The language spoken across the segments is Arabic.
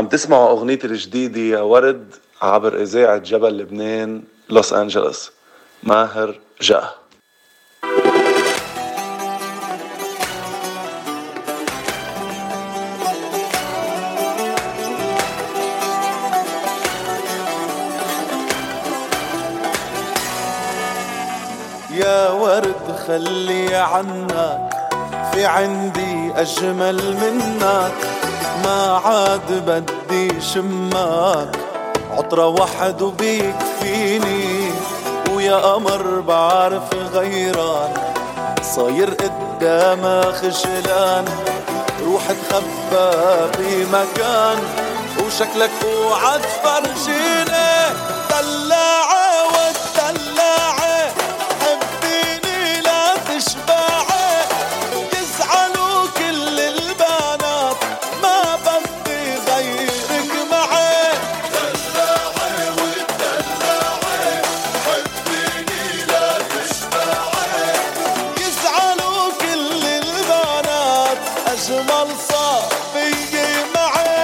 عم تسمعوا أغنيتي الجديدة يا ورد عبر إذاعة جبل لبنان لوس أنجلوس. ماهر جاه. يا ورد خلي عنك، في عندي أجمل منك، ما عاد بدي شمك، عطرة واحد وبيكفيني، ويا قمر بعرف غيران، صاير قدامك خجلان، روح تخبى بمكان، وشكلك اوعى تفرجيني، دلاعة والدلاعة حبيني لا تشبعي، يزعلوا كل البنات ما بدي غيرك معي، دلاعة والدلاعة حبيني لا تشبعي، يزعلوا كل البنات أجمل صافي معي.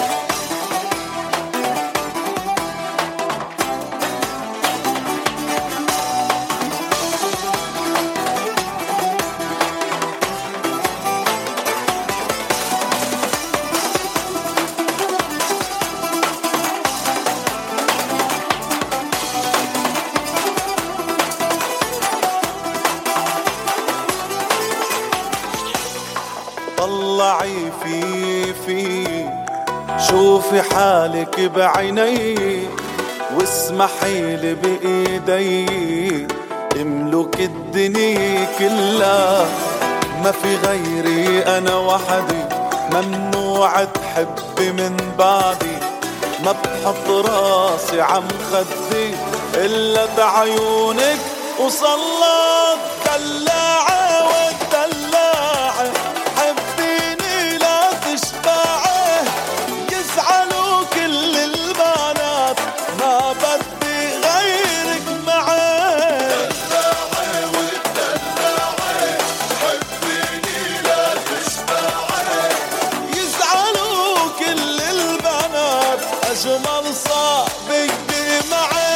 طلعي في شوفي حالك بعيني، واسمحي لي بإيدي املك الدنيا كلها، ما في غيري أنا وحدي، ممنوع تحبي من بعدي، ما بحط راسي عم خدي إلا بعيونك وصلت دلاعة والدلاعة حبيني لا تشبعي، يزعلوا كل البنات ما بدي غيرك معي، دلاعة والدلاعة حبيني لا تشبعي، يزعلوا كل البنات أجمل صاحبي معي.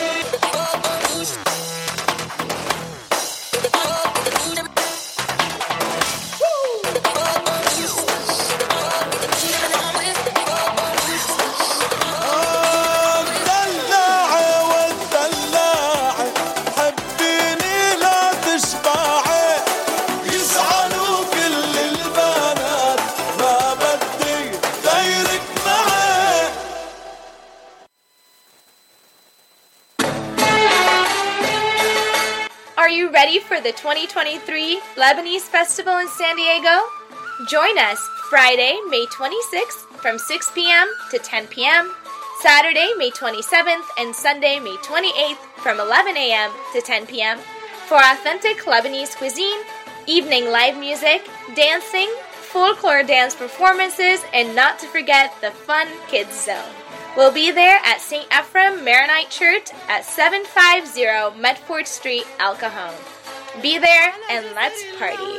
Are you ready for the 2023 Lebanese Festival in San Diego? Join us Friday, May 26th from 6 p.m. to 10 p.m., Saturday, May 27th, and Sunday, May 28th from 11 a.m. to 10 p.m. for authentic Lebanese cuisine, evening live music, dancing, folklore dance performances, and not to forget the fun kids zone. We'll be there at St. Ephraim Maronite Church at 750 Medford Street, El Cajon. Be there and let's party.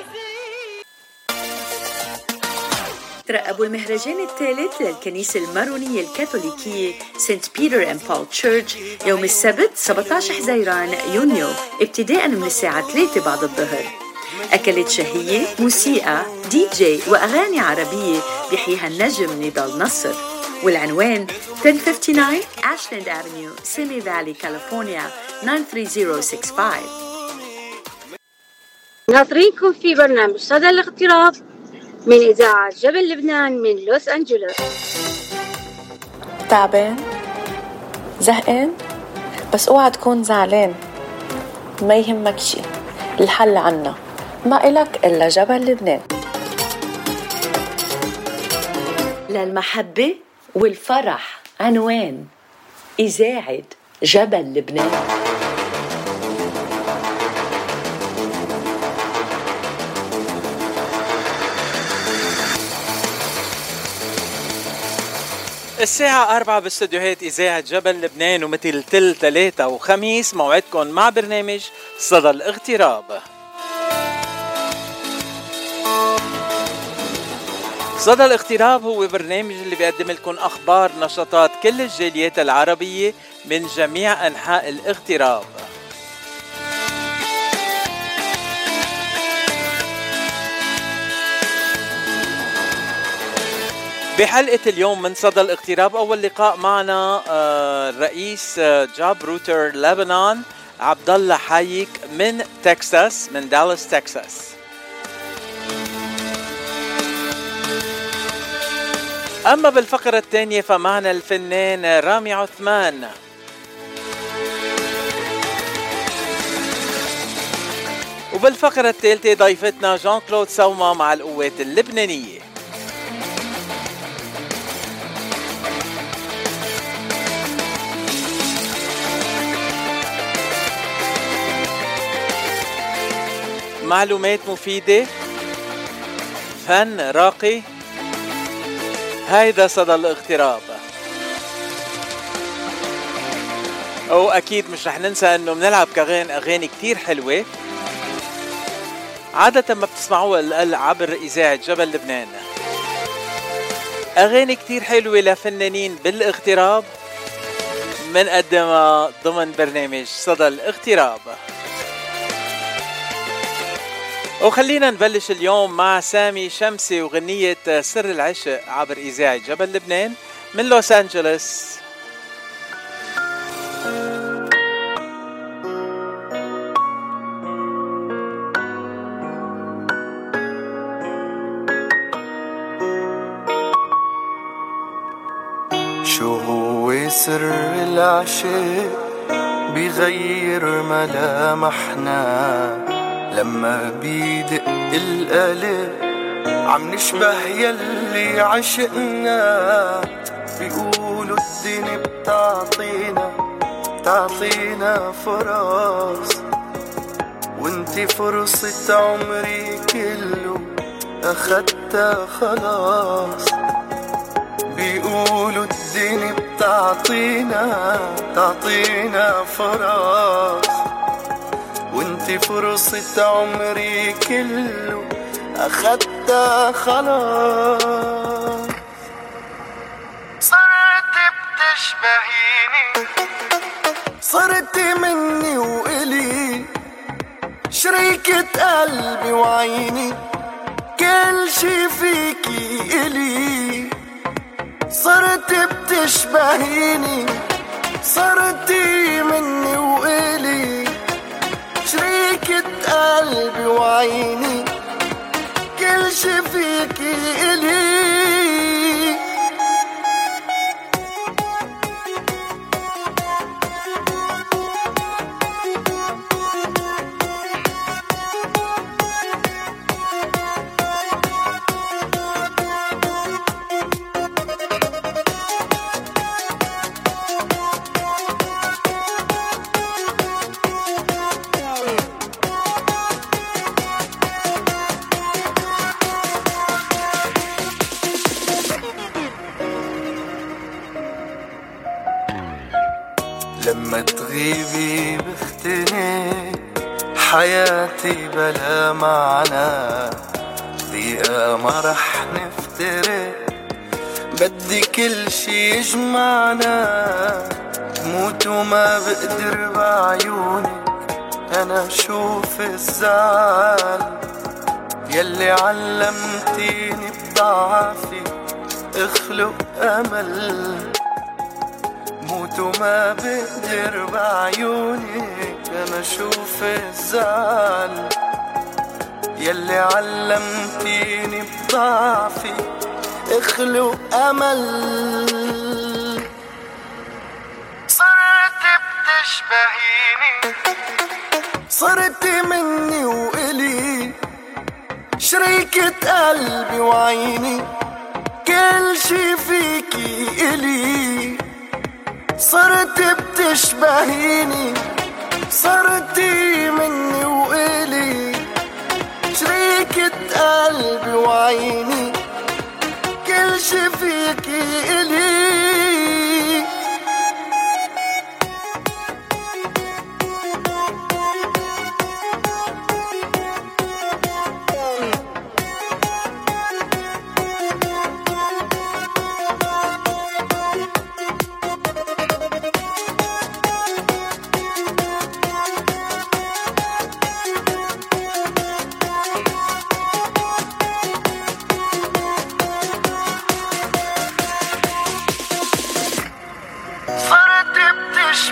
ترقبوا المهرجان الثالث للكنيسة المارونية الكاثوليكية سنت بيتر اند بول تشيرش يوم السبت 17 حزيران يونيو ابتداء من الساعة 3 بعد الظهر. أكلات شهية، موسيقى، دي جي وأغاني عربية بيحييها النجم نضال نصر. والعنوان 1059 أشلاند أفنيو، سيمي فالي، كاليفورنيا 93065. ناطرينكم في برنامج صدى الاغتراب من إذاعة جبل لبنان من لوس أنجلوس. تعبان؟ زهقان؟ بس اوعى تكون زعلان، ما يهمك شي، الحل عنا، ما إلك إلا جبل لبنان. للمحبة والفرح عنوان إذاعة جبل لبنان. الساعة 4 باستديوهات إذاعة جبل لبنان، ومثل تل 3 وخميس موعدكم مع برنامج صدى الاغتراب. صدى الاغتراب هو برنامج اللي بيقدم لكم أخبار نشاطات كل الجاليات العربية من جميع أنحاء الاغتراب. بحلقة اليوم من صدى الاغتراب أول لقاء معنا الرئيس جاب روتر لبنان عبد الله حايك من تكساس، من دالاس تكساس. أما بالفقرة الثانية فمعنا الفنان رامي عثمان. وبالفقرة الثالثة ضيفتنا جان كلود سوما مع القوات اللبنانية. معلومات مفيدة، فن راقي، هيدا صدى الاغتراب. أكيد مش رح ننسى انه بنلعب كمان اغاني كتير حلوة عادة ما بتسمعوها عبر إذاعة جبل لبنان. اغاني كتير حلوة لفنانين بالاغتراب منقدمها ضمن برنامج صدى الاغتراب. وخلينا نبلش اليوم مع سامي شمسي وغنية سر العشق عبر إذاعة جبل لبنان من لوس أنجلوس. شو هو سر العشق بيغير ملامحنا لما بيدق القلب عم نشبه يلي عشقنا. بيقولوا الدنيا بتعطينا فرص، وانتي فرصة عمري كله أخدتها خلاص. بيقولوا الدنيا بتعطينا فرص، وانتي فرصة عمري كله أخدتها خلاص. صرت بتشبهيني، صرت مني وإلي شريكة قلبي وعيني، كل شي فيكي إلي. صرت بتشبهيني، صرتي مني وإلي شريكة قلبي وعيني، كل شي فيكي إلي. لما تغيبي بختني حياتي بلا معنى، دقيقة ما رح نفترق، بدي كل شي يجمعنا. موت وما بقدر بعيونك أنا شوف الزعل، يلي علمتيني بضعفي اخلق أمل. موت وما بقدر بعيونك أنا شوف الزعل، يلي علمتيني بضعفي اخلق أمل. صرت بتشبهيني، صرت مني وإلي شريكة قلبي وعيني، كل شي فيكي إلي. صرت بتشبهيني، صرتي مني وإلي شريكة قلبي وعيني، كل شي فيكي إلي.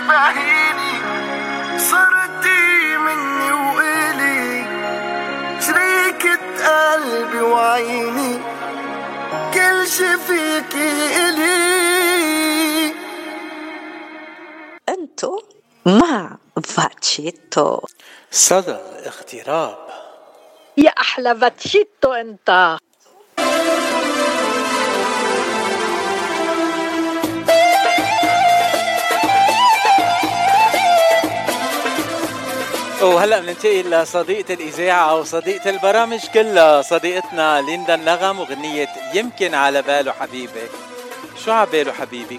بتشبهيني، صرتي مني وإلي شريكة قلبي وعيني، كل شي فيكي إلي. انتو مع فاتشيتو. صدى الاغتراب. يا أحلى فاتشيتو أنت. وهلا بننتقل لصديقة الإذاعة وصديقة البرامج كلها، صديقتنا ليندا النغم وغنية يمكن على باله حبيبي. شو عباله حبيبك؟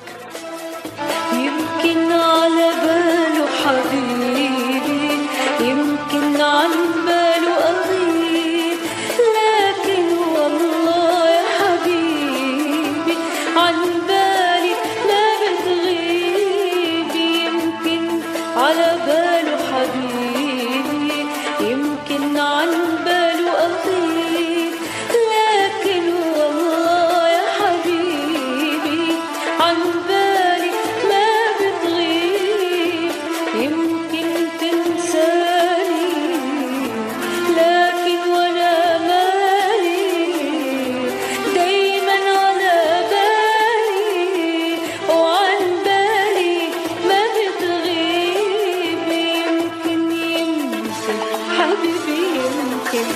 يمكن على باله حبيبي، يمكن عن باله قريب، لكن والله يا حبيبي عن بالي ما بتغيبي. يمكن على باله حبيبي، يمكن عن باله قريب، لكن والله يا حبيبي عن بالي ما بتغيب. يمكن تنساني لكن ولا مالي، دايما على بالي وعن بالي ما بتغيب. يمكن حبيبي يمكن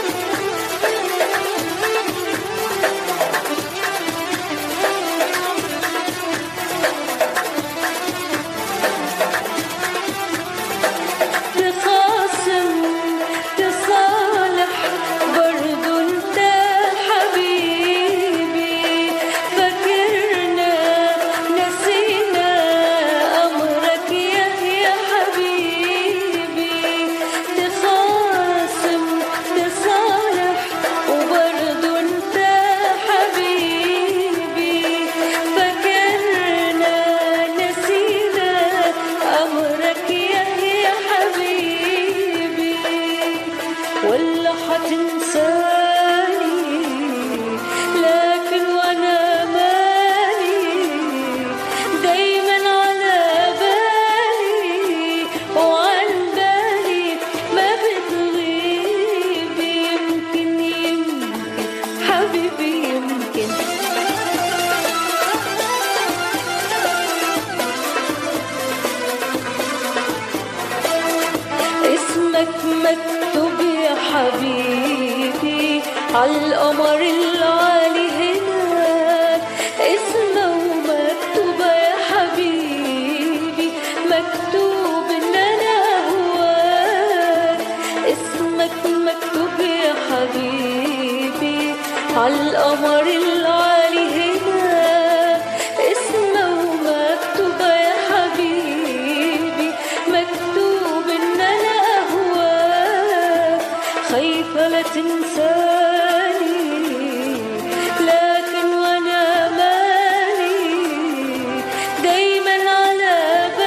تخاصم تصالح برضو انت حبيبي، فكرنا نسينا امرك يا حبيبي. تخاصم تصالح وبرضو انت حبيبي، فكرنا نسينا امرك يا حبيبي. ولا حتنساني لكن وانا مالي، دايما على بالي وعن بالي ما بتغيب. يمكن حبيبي يمكن اسمك مكتوب يا حبيبي عالقمر العالي هناك، اسمه مكتوب يا حبيبي، مكتوب ان انا هواك. اسمك مكتوب يا حبيبي عالقمر العالي هناك، اسمه مكتوب يا حبيبي، مكتوب ان انا هواك. خايفة لا تنساني لكن وانا مالي، دايما على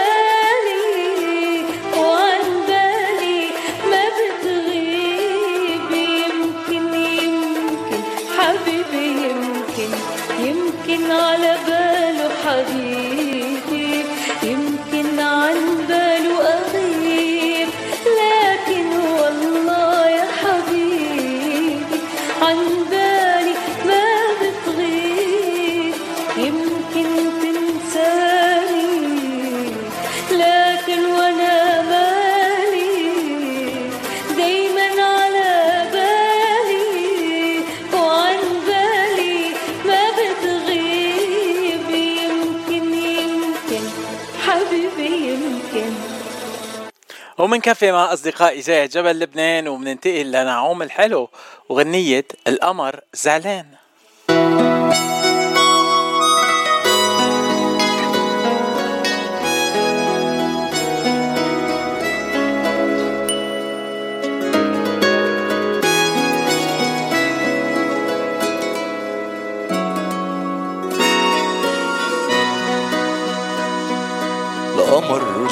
بالي وعن بالي ما بتغيب. يمكن حبيبي يمكن على باله حبيبي، يمكن عن باله قريب، لكن والله يا حبيبي عن بالي ما بتغيب. يمكن تنساني لكن وانا مالي، دايما على بالي وعن بالي ما بتغيب. يمكن حبيبي يمكن. ومن كفي مع أصدقاء إذاعة جبل لبنان ومننتقل لنعوم الحلو وغنية القمر زعلان. القمر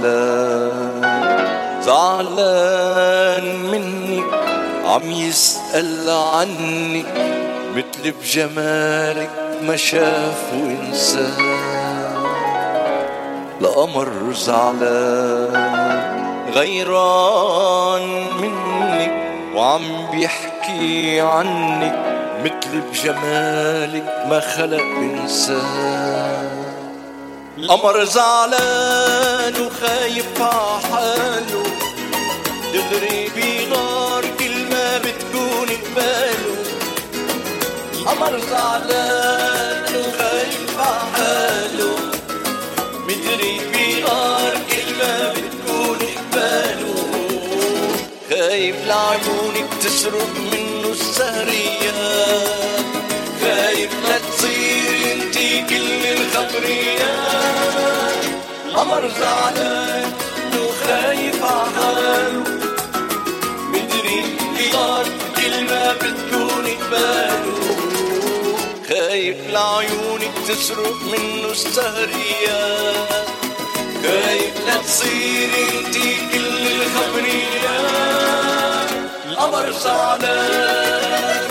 زعلان مني، عم يسأل عني مثل بجمالك ما شاف وانسان. لقمر زعلان غيران منك وعم بيحكي عنك مثل بجمالك ما خلق إنسان. القمر زعلان وخايف عحاله دغري بيغار كل ما بتكون قباله. القمر زعلان وخايف عحاله مدري بيغار كل ما بتكون قباله. خايف لعيونك تسرق منه السهريات، خايف لا تصير انتي كل الخبريات. القمر زعلان وخايف عحاله مدري بيغار كل ما بتكون قباله. خايف لعيونك تسرق منه السهريات، خايف لا تصير انتي كل الخبريات. القمر زعلان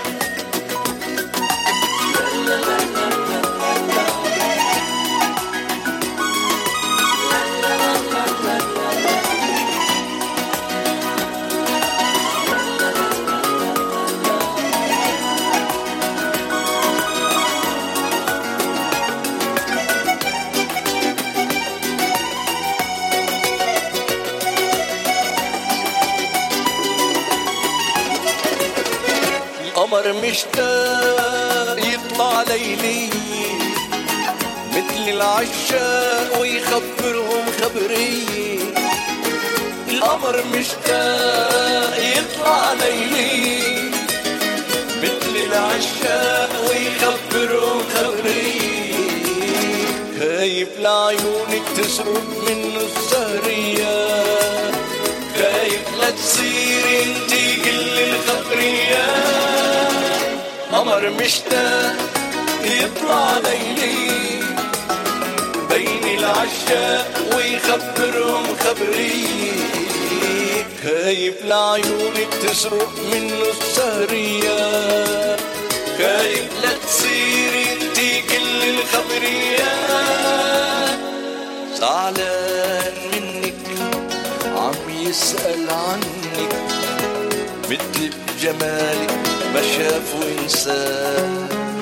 القمر مشتاق يطلع ليلي مثل العشاق ويخبرهم خبرية. القمر مشتاق يطلع ليلي مثل العشاق ويخبرهم خبرية. خايف لعيونك تسرق منه السهريات، خايف لا تصير انتي كل الخبريات. قمر مشتاق يطلع ليلي بين العشاق ويخبرهم خبرية. خايف لعيونك تسرق منه السهريات، خايف لا تصير انتي كل الخبريات. زعلان منك عم يسأل عنك مثل بجمالك ما شافوا إنسان.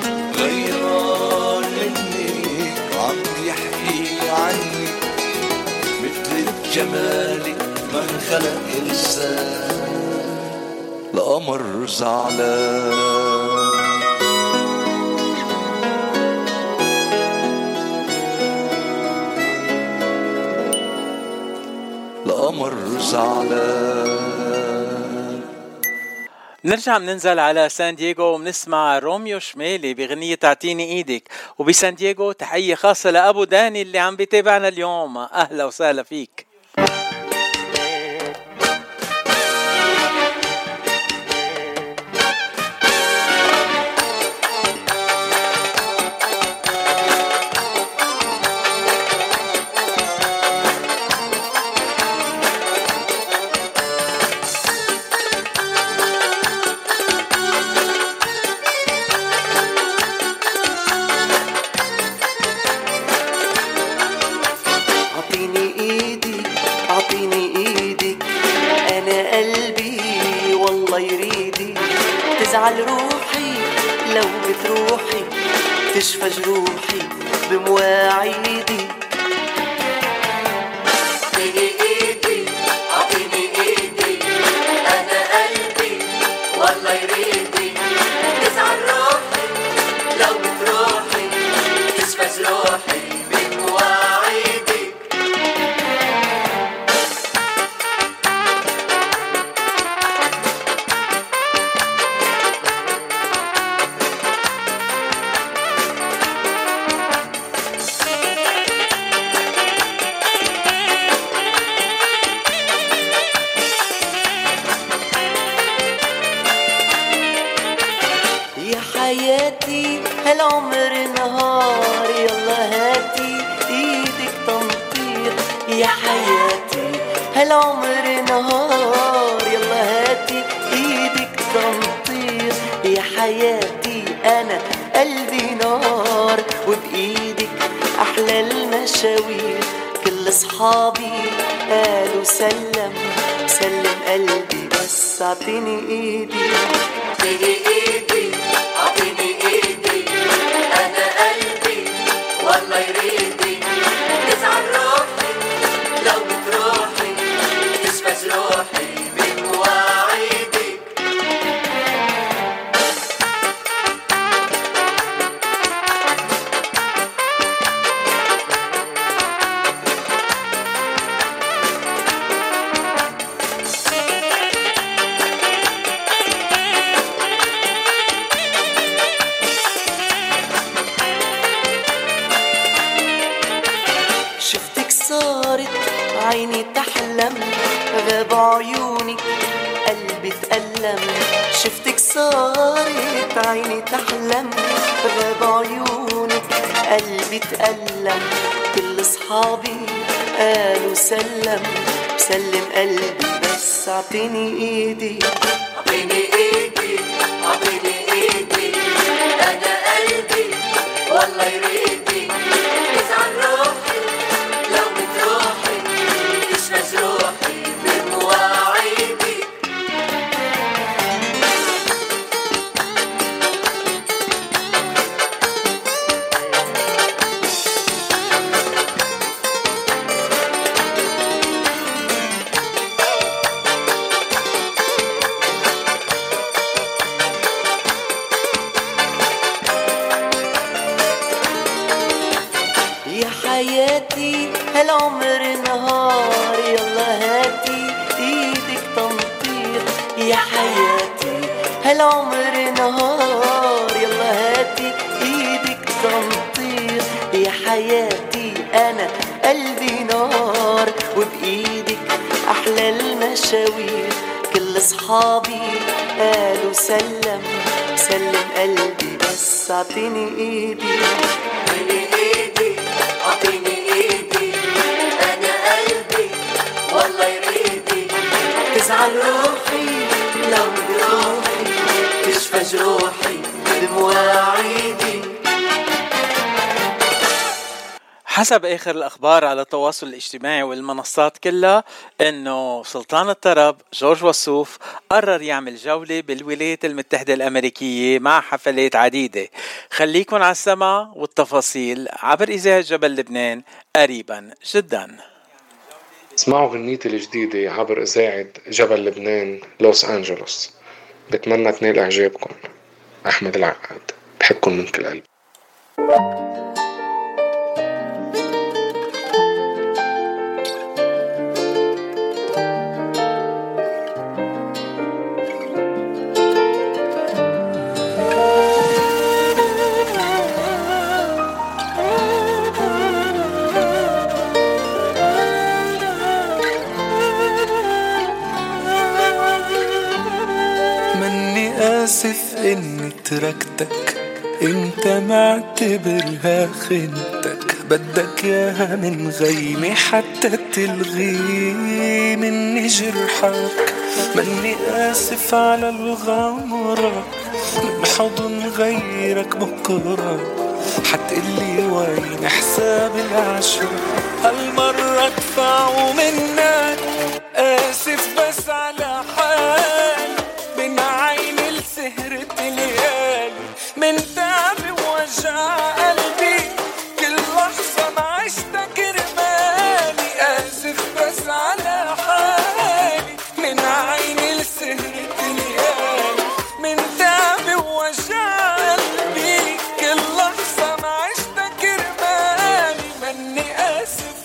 غيران منك عم يحكي عنك مثل بجمالك ما انخلق إنسان. القمر زعلان القمر زعلان. نرجع مننزل على سان دييغو ومنسمع روميو شميلي بغنية تعطيني ايدك. وبسان دييغو تحية خاصة لأبو داني اللي عم بيتابعنا اليوم. أهلا وسهلا فيك. تزعل روحي لو بتروحي، تشفى جروحي بمواعيدي. اعطيني ايدي اعطيني ايدي انا قلبي والله يريدي. تزعل روحي لو بتروحي، تشفى جروحي بمواعيدي. حياتي هالعمر نهار، يلا هاتي ايدك تنطير. يا حياتي هالعمر نهار، يلا هاتي ايدك تنطير. يا حياتي انا قلبي نار، وبايدك احلى المشاوير. كل صحابي قالوا سلم قلبي بس اعطيني ايدي اعطيني ايدي اعطيني ايدي انا قلبي والله يريدي تزعل روحي لو بتروحي تشفى جروحي بمواعيدي عيني تحلم غاب عيونك قلبي تألم شفتك صارت عيني تحلم غاب عيونك قلبي تألم كل صحابي قالوا سلم قلبي بس اعطيني ايدي اعطيني ايدي اعطيني ايدي انا قلبي والله يريدي تزعل روحي لو بتروحي تشفى جروحي بمواعيدي حياتي هالعمر نهار يلا هاتي ايدك تنطير يا حياتي هالعمر نهار يلا هاتي ايدك تنطير يا حياتي انا قلبي نار وبايدك احلى المشاوير كل صحابي قالوا سلم قلبي بس اعطيني ايدي اعطيني ايدي انا قلبي والله يريدي تزعل روحي لو بروحي تشفى جروحي بمواعيدي. حسب آخر الأخبار على التواصل الاجتماعي والمنصات كلها إنه سلطان الطرب جورج وسوف قرر يعمل جولة بالولايات المتحدة الأمريكية مع حفلات عديدة. خليكن على السمع والتفاصيل عبر إذاعة جبل لبنان قريبا جدا. اسمعوا غنيتي الجديدة عبر إذاعة جبل لبنان لوس أنجلوس. بتمنى تنال إعجابكم. أحمد العقاد بحبكم من كل قلب. آسف إني تركتك انت معتبرها خنتك بدك ياها من غيمي حتى تلغي مني جرحك. مني آسف على الغمرة من حضن غيرك بكرة حتقلي وين حساب العشرة هالمرة ادفعوا منك. آسف بس على حال من عيني لسهرة الليالي من تعبي ووجع قلبي كل لحظة ما عشتك رمالي. آسف بس على حالي من عيني لسهرة الليالي من تعبي ووجع قلبي كل لحظة ما عشتك رمالي. مني آسف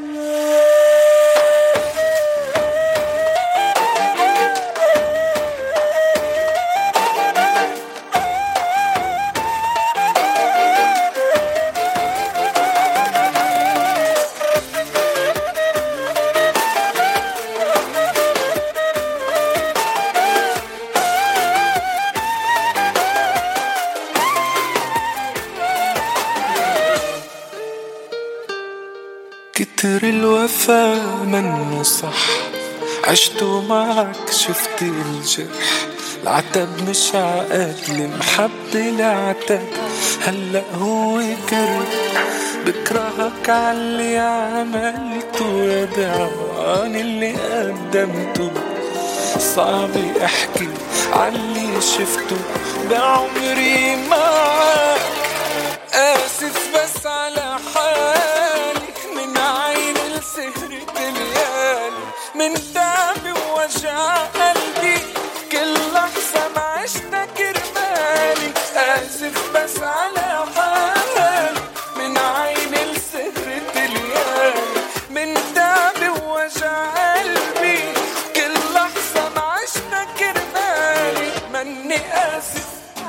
كتر الوفا منه صح عشتو معك شفت الجرح العتب مش عقد المحبة العتب هلأ هو كره بكرهك عاللي عملته يا بعان اللي قدمته. صعب احكي عاللي شفته بعمري معك. آسف بس على حالي من عين لسهرة ليالي، من تعبي ووجع قلبي كل لحظة ما عشتها كرمالي. آسف بس على حالي من عين لسهرة ليالي، من تعبي ووجع قلبي كل لحظة ما عشتها كرمالي. مني آسف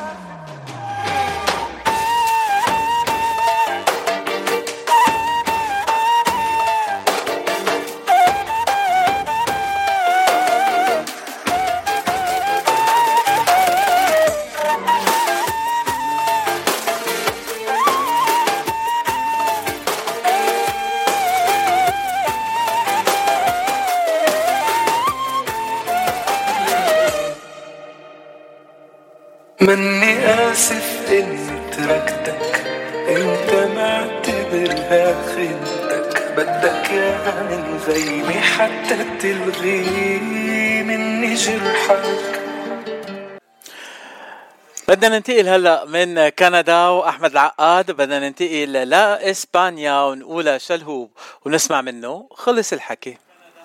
مني آسف إني تركتك، إنت معتبرها خيبتك. بدك ياها من زيني حتى تلغي مني جرحك. بدنا ننتقل هلا من كندا واحمد العقاد، بدنا ننتقل لاسبانيا ونقول شلهوب ونسمع منه خلص الحكي.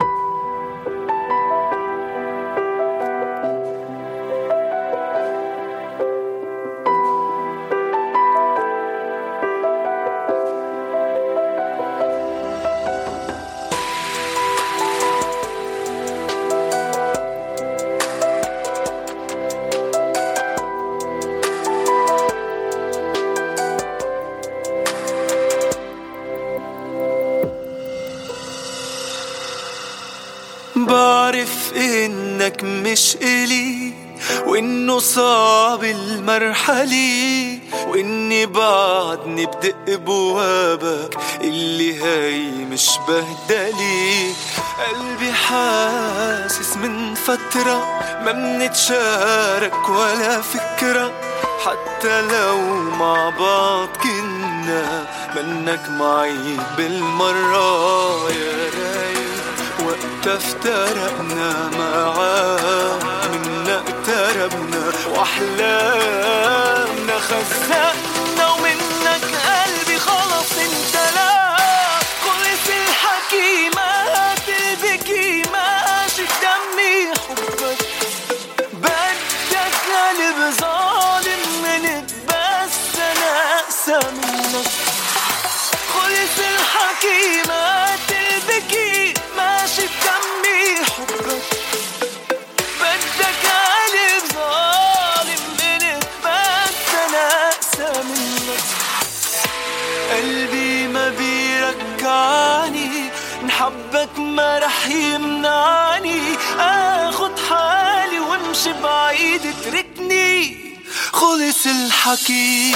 بعرف إنك مش إلي، وإنه صعب المرحلة، وإني بعدني بدق بوابك اللي هاي مش بهدلي. قلبي حاسس من فترة ما منتشارك ولا فكرة، حتى لو مع بعض كنا منك معي بالمرة. يا رايق وقت افترقنا معاك منا اقتربنا واحلامنا خزقنا، ومنك قلبي خلص انتلا. خلص الحكي ما تلبكي ماشي دمي حبك. بدك قلب ظالم منك بس انا اقسى منك. خلص الحكي ما تلبكي ماشي بدمي حبك. بدك قلب ظالم منك بس انا اقسى منك. قلبي ما بيركعني نحبك ما رح يمنعني. اخد حالي وامشي بعيد اتركني. خلص الحكي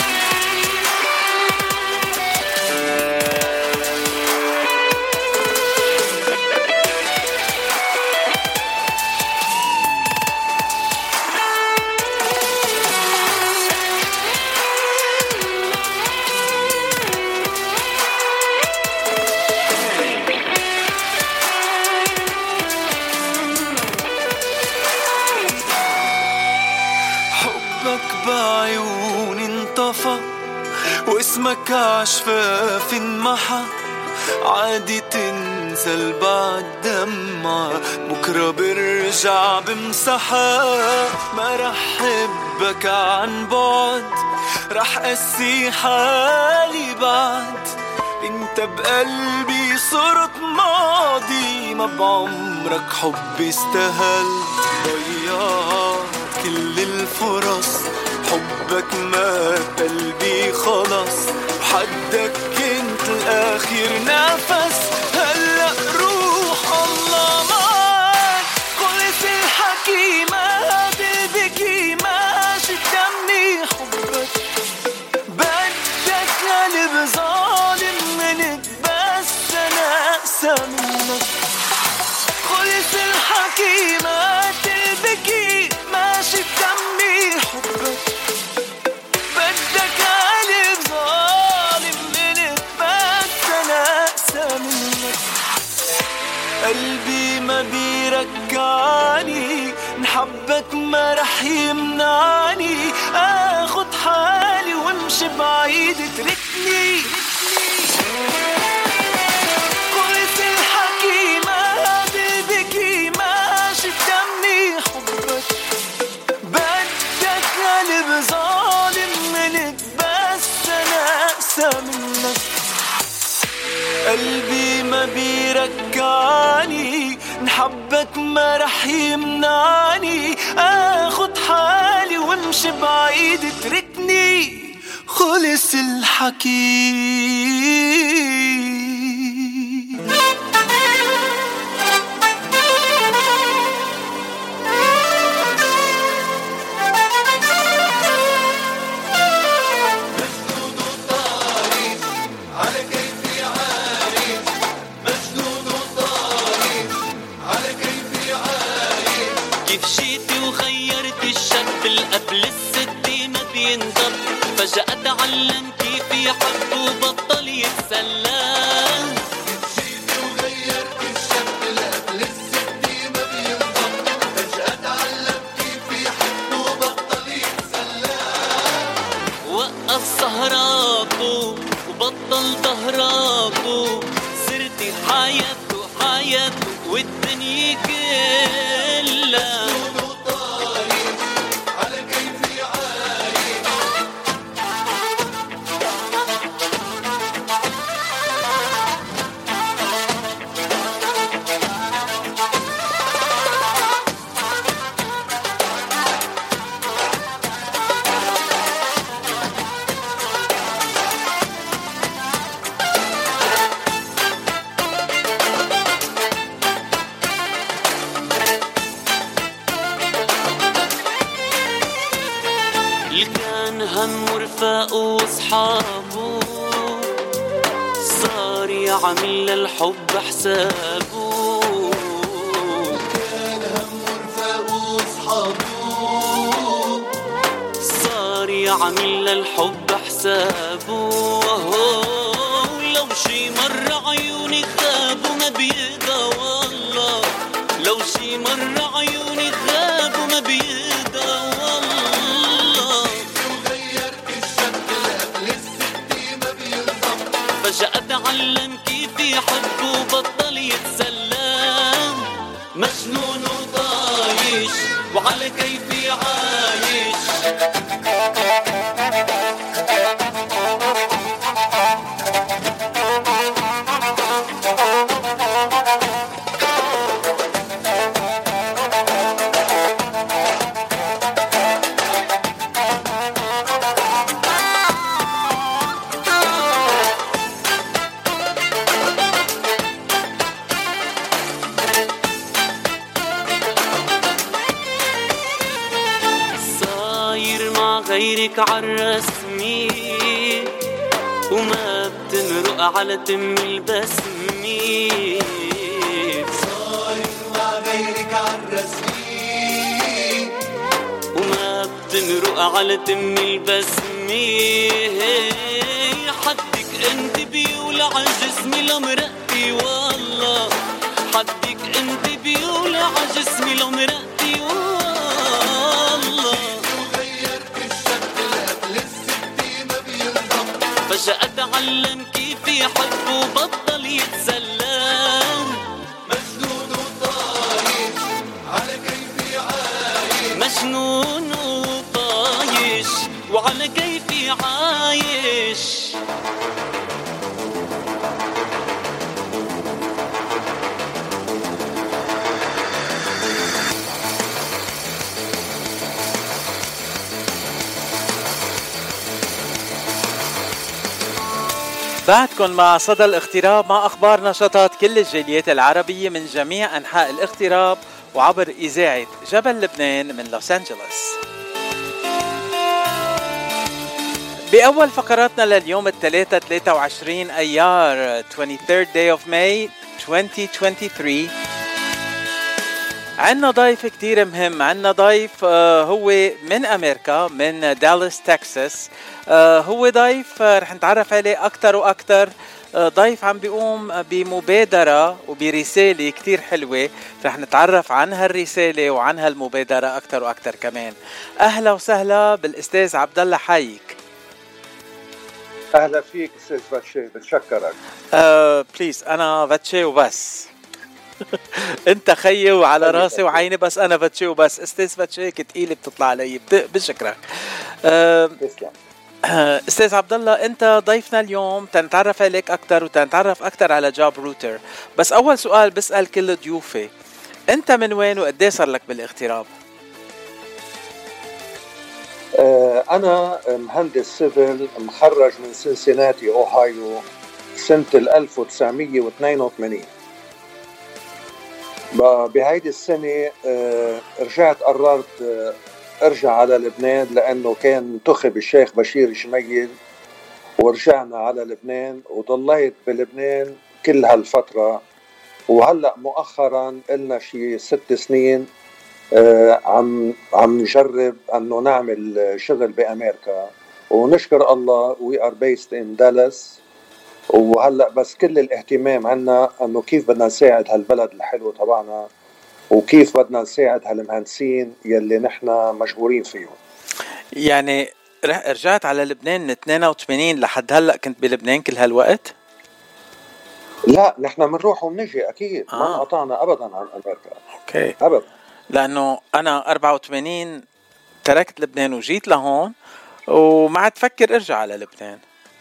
بعيوني انطفى، واسمك عشفاف انمحى. عادي تنزل بعد دمعة، بكرة برجع بمسحها. ما رح حبك عن بعد، رح قسي حالي بعد. انت بقلبي صرت ماضي، ما بعمرك حبي استهل. ضيعت كل الفرص، حبك ما قلبي خلص. وحدك كنت الآخر نفس، هلأ روح الله معك. خلص الحكي ما تلبكي ماشي بدمي حبك. بدك قلب ظالم منك بس أنا أقسى منك. خلص الحكي ما تلبكي ماشي بدمي حبك. بدك قلب ظالم منك قلبي ما بيرجعني، نحبك ما رح يمنعني، اخد حالي وامشي بعيد اتركني. قلت الحكي ما بدكي ماشي بدمي حبك، بدك قلب ظالم منك بس انا اقسى منك. قلبي ما بيرجعني، نحبك ما رح يمنعني، اخد حالي وامشي بعيد اتركني. خلص الحكي. قبل الستين ما بينضب، فجأة تعلم كيف يحب وبطل يتسلى. مشيت وغيرت الشاب اللي قبل الستين ما بينضب، فجأة تعلم كيف يحب وبطل يتسلى. وقف سهراته وبطل ظهراته، صرتي حياته حياته والدنيا كلها. وصحابه صار يعمل للحب حسابه، كان هم ورفاقه وصحابه صار يعمل للحب حسابه. لو شي مرة عيوني غابوا ما بيقدى والله، لو شي مرة عيوني غابوا ما بيقدى والله. فجأة تعلم كيف يحب وبطل يتسلم، مجنون وطايش وعلى كيف عايش. غيرك عالرسمي وما بتمرق على تم البسمي، صاير مع غيرك عالرسمي وما بتمرق على تم البسمي. حدك انت بيولع جسمي لو مرقتي والله، حدك انت بيولع جسمي لو مرقتي والله. فجأة تعلم كيف يحب وبطل يتسلم، مجنون وطايش على كيف عايش، مجنون وطايش وعلى كيف عايش. بعدكم مع صدى الاغتراب مع أخبار نشاطات كل الجاليات العربية من جميع أنحاء الاغتراب وعبر إذاعة جبل لبنان من لوس أنجلوس. بأول فقراتنا لليوم الثلاثة 23 أيار 23rd day of May 2023 عنا ضيف كتير مهم. عنا ضيف هو من أمريكا من دالاس تكساس. هو ضيف رح نتعرف عليه أكتر وأكتر ضيف عم بيقوم بمبادرة وبرسالة كتير حلوة، رح نتعرف عن هالرسالة وعن هالمبادرة أكتر وأكتر كمان. أهلا وسهلا بالأستاذ عبد الله حايك. أهلا فيك أستاذ فاتشي، بتشكرك. بليز أنا فاتشي وبس. انت خيي وعلى راسي وعيني، بس انا فاتشي وبس. استاذ فاتشي كتقيلة بتطلع علي، بشكرك. استاذ عبد الله، انت ضيفنا اليوم تنتعرف عليك اكتر وتنتعرف اكتر على جوب روتر. بس اول سؤال بسأل كل ضيوفي، انت من وين وقديه صار لك بالاغتراب؟ انا مهندس سيفل مخرج من سنسيناتي اوهايو سنة 1982. بهيدي السنة رجعت قررت ارجع على لبنان، لانه كان انتخب الشيخ بشير جميل ورجعنا على لبنان، وضليت بلبنان كل هالفترة. وهلأ مؤخرا قلنا شي 6 سنين عم نجرب انه نعمل شغل بامريكا، ونشكر الله we are based in Dallas. وهلأ بس كل الاهتمام عنا انه كيف بدنا نساعد هالبلد الحلو تبعنا، وكيف بدنا نساعد هالمهندسين يلي نحن مجبورين فيهم. يعني رجعت على لبنان من 82 لحد هلأ كنت بلبنان كل هالوقت؟ لا، نحن منروح ومنجي اكيد. ما انقطعنا ابدا عن امريكا. اوكي. ابدا. لانه انا 84 تركت لبنان وجيت لهون، وما عاد فكر ارجع على لبنان.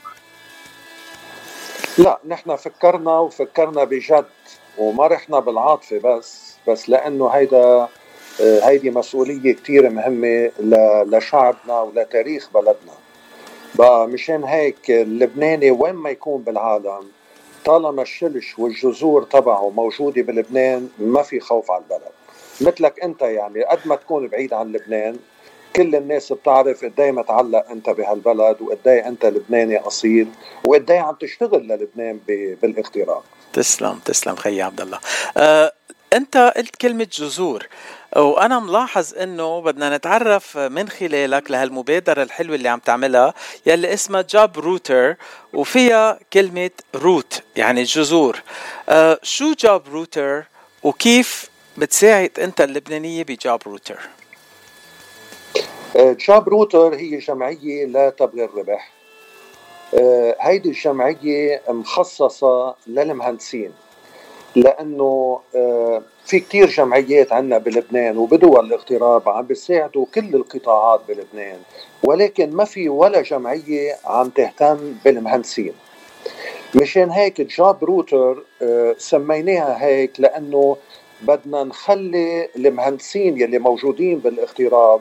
لا، نحن فكرنا بجد، وما رحنا بالعاطفة بس لأنه هيدي مسؤولية كتير مهمة لشعبنا ولتاريخ بلدنا. بقى مشان هيك اللبناني وين ما يكون بالعالم طالما الشلش والجذور تبعه موجودة بلبنان ما في خوف على البلد. مثلك أنت، يعني قد ما تكون بعيد عن لبنان كل الناس بتعرف قداي متعلق أنت بهالبلد، وقداي أنت لبناني أصيل، وقداي عم تشتغل للبنان بالاغتراب. تسلم خي عبد الله. أنت قلت كلمة جذور، وأنا ملاحظ أنه بدنا نتعرف من خلالك لهالمبادرة الحلوة اللي عم تعملها يلي اسمها جوب روتر، وفيها كلمة روت يعني جذور. شو جوب روتر وكيف بتساعد أنت اللبنانية بجوب روتر؟ جوب روتر هي جمعية لا تبغي الربح. هيدي الجمعية مخصصة للمهندسين، لأنه في كتير جمعيات عنا بلبنان وبدول الاغتراب عم بيساعدوا كل القطاعات بلبنان، ولكن ما في ولا جمعية عم تهتم بالمهندسين. مشان هيك جوب روتر سميناها هيك، لأنه بدنا نخلي المهندسين يلي موجودين بالاغتراب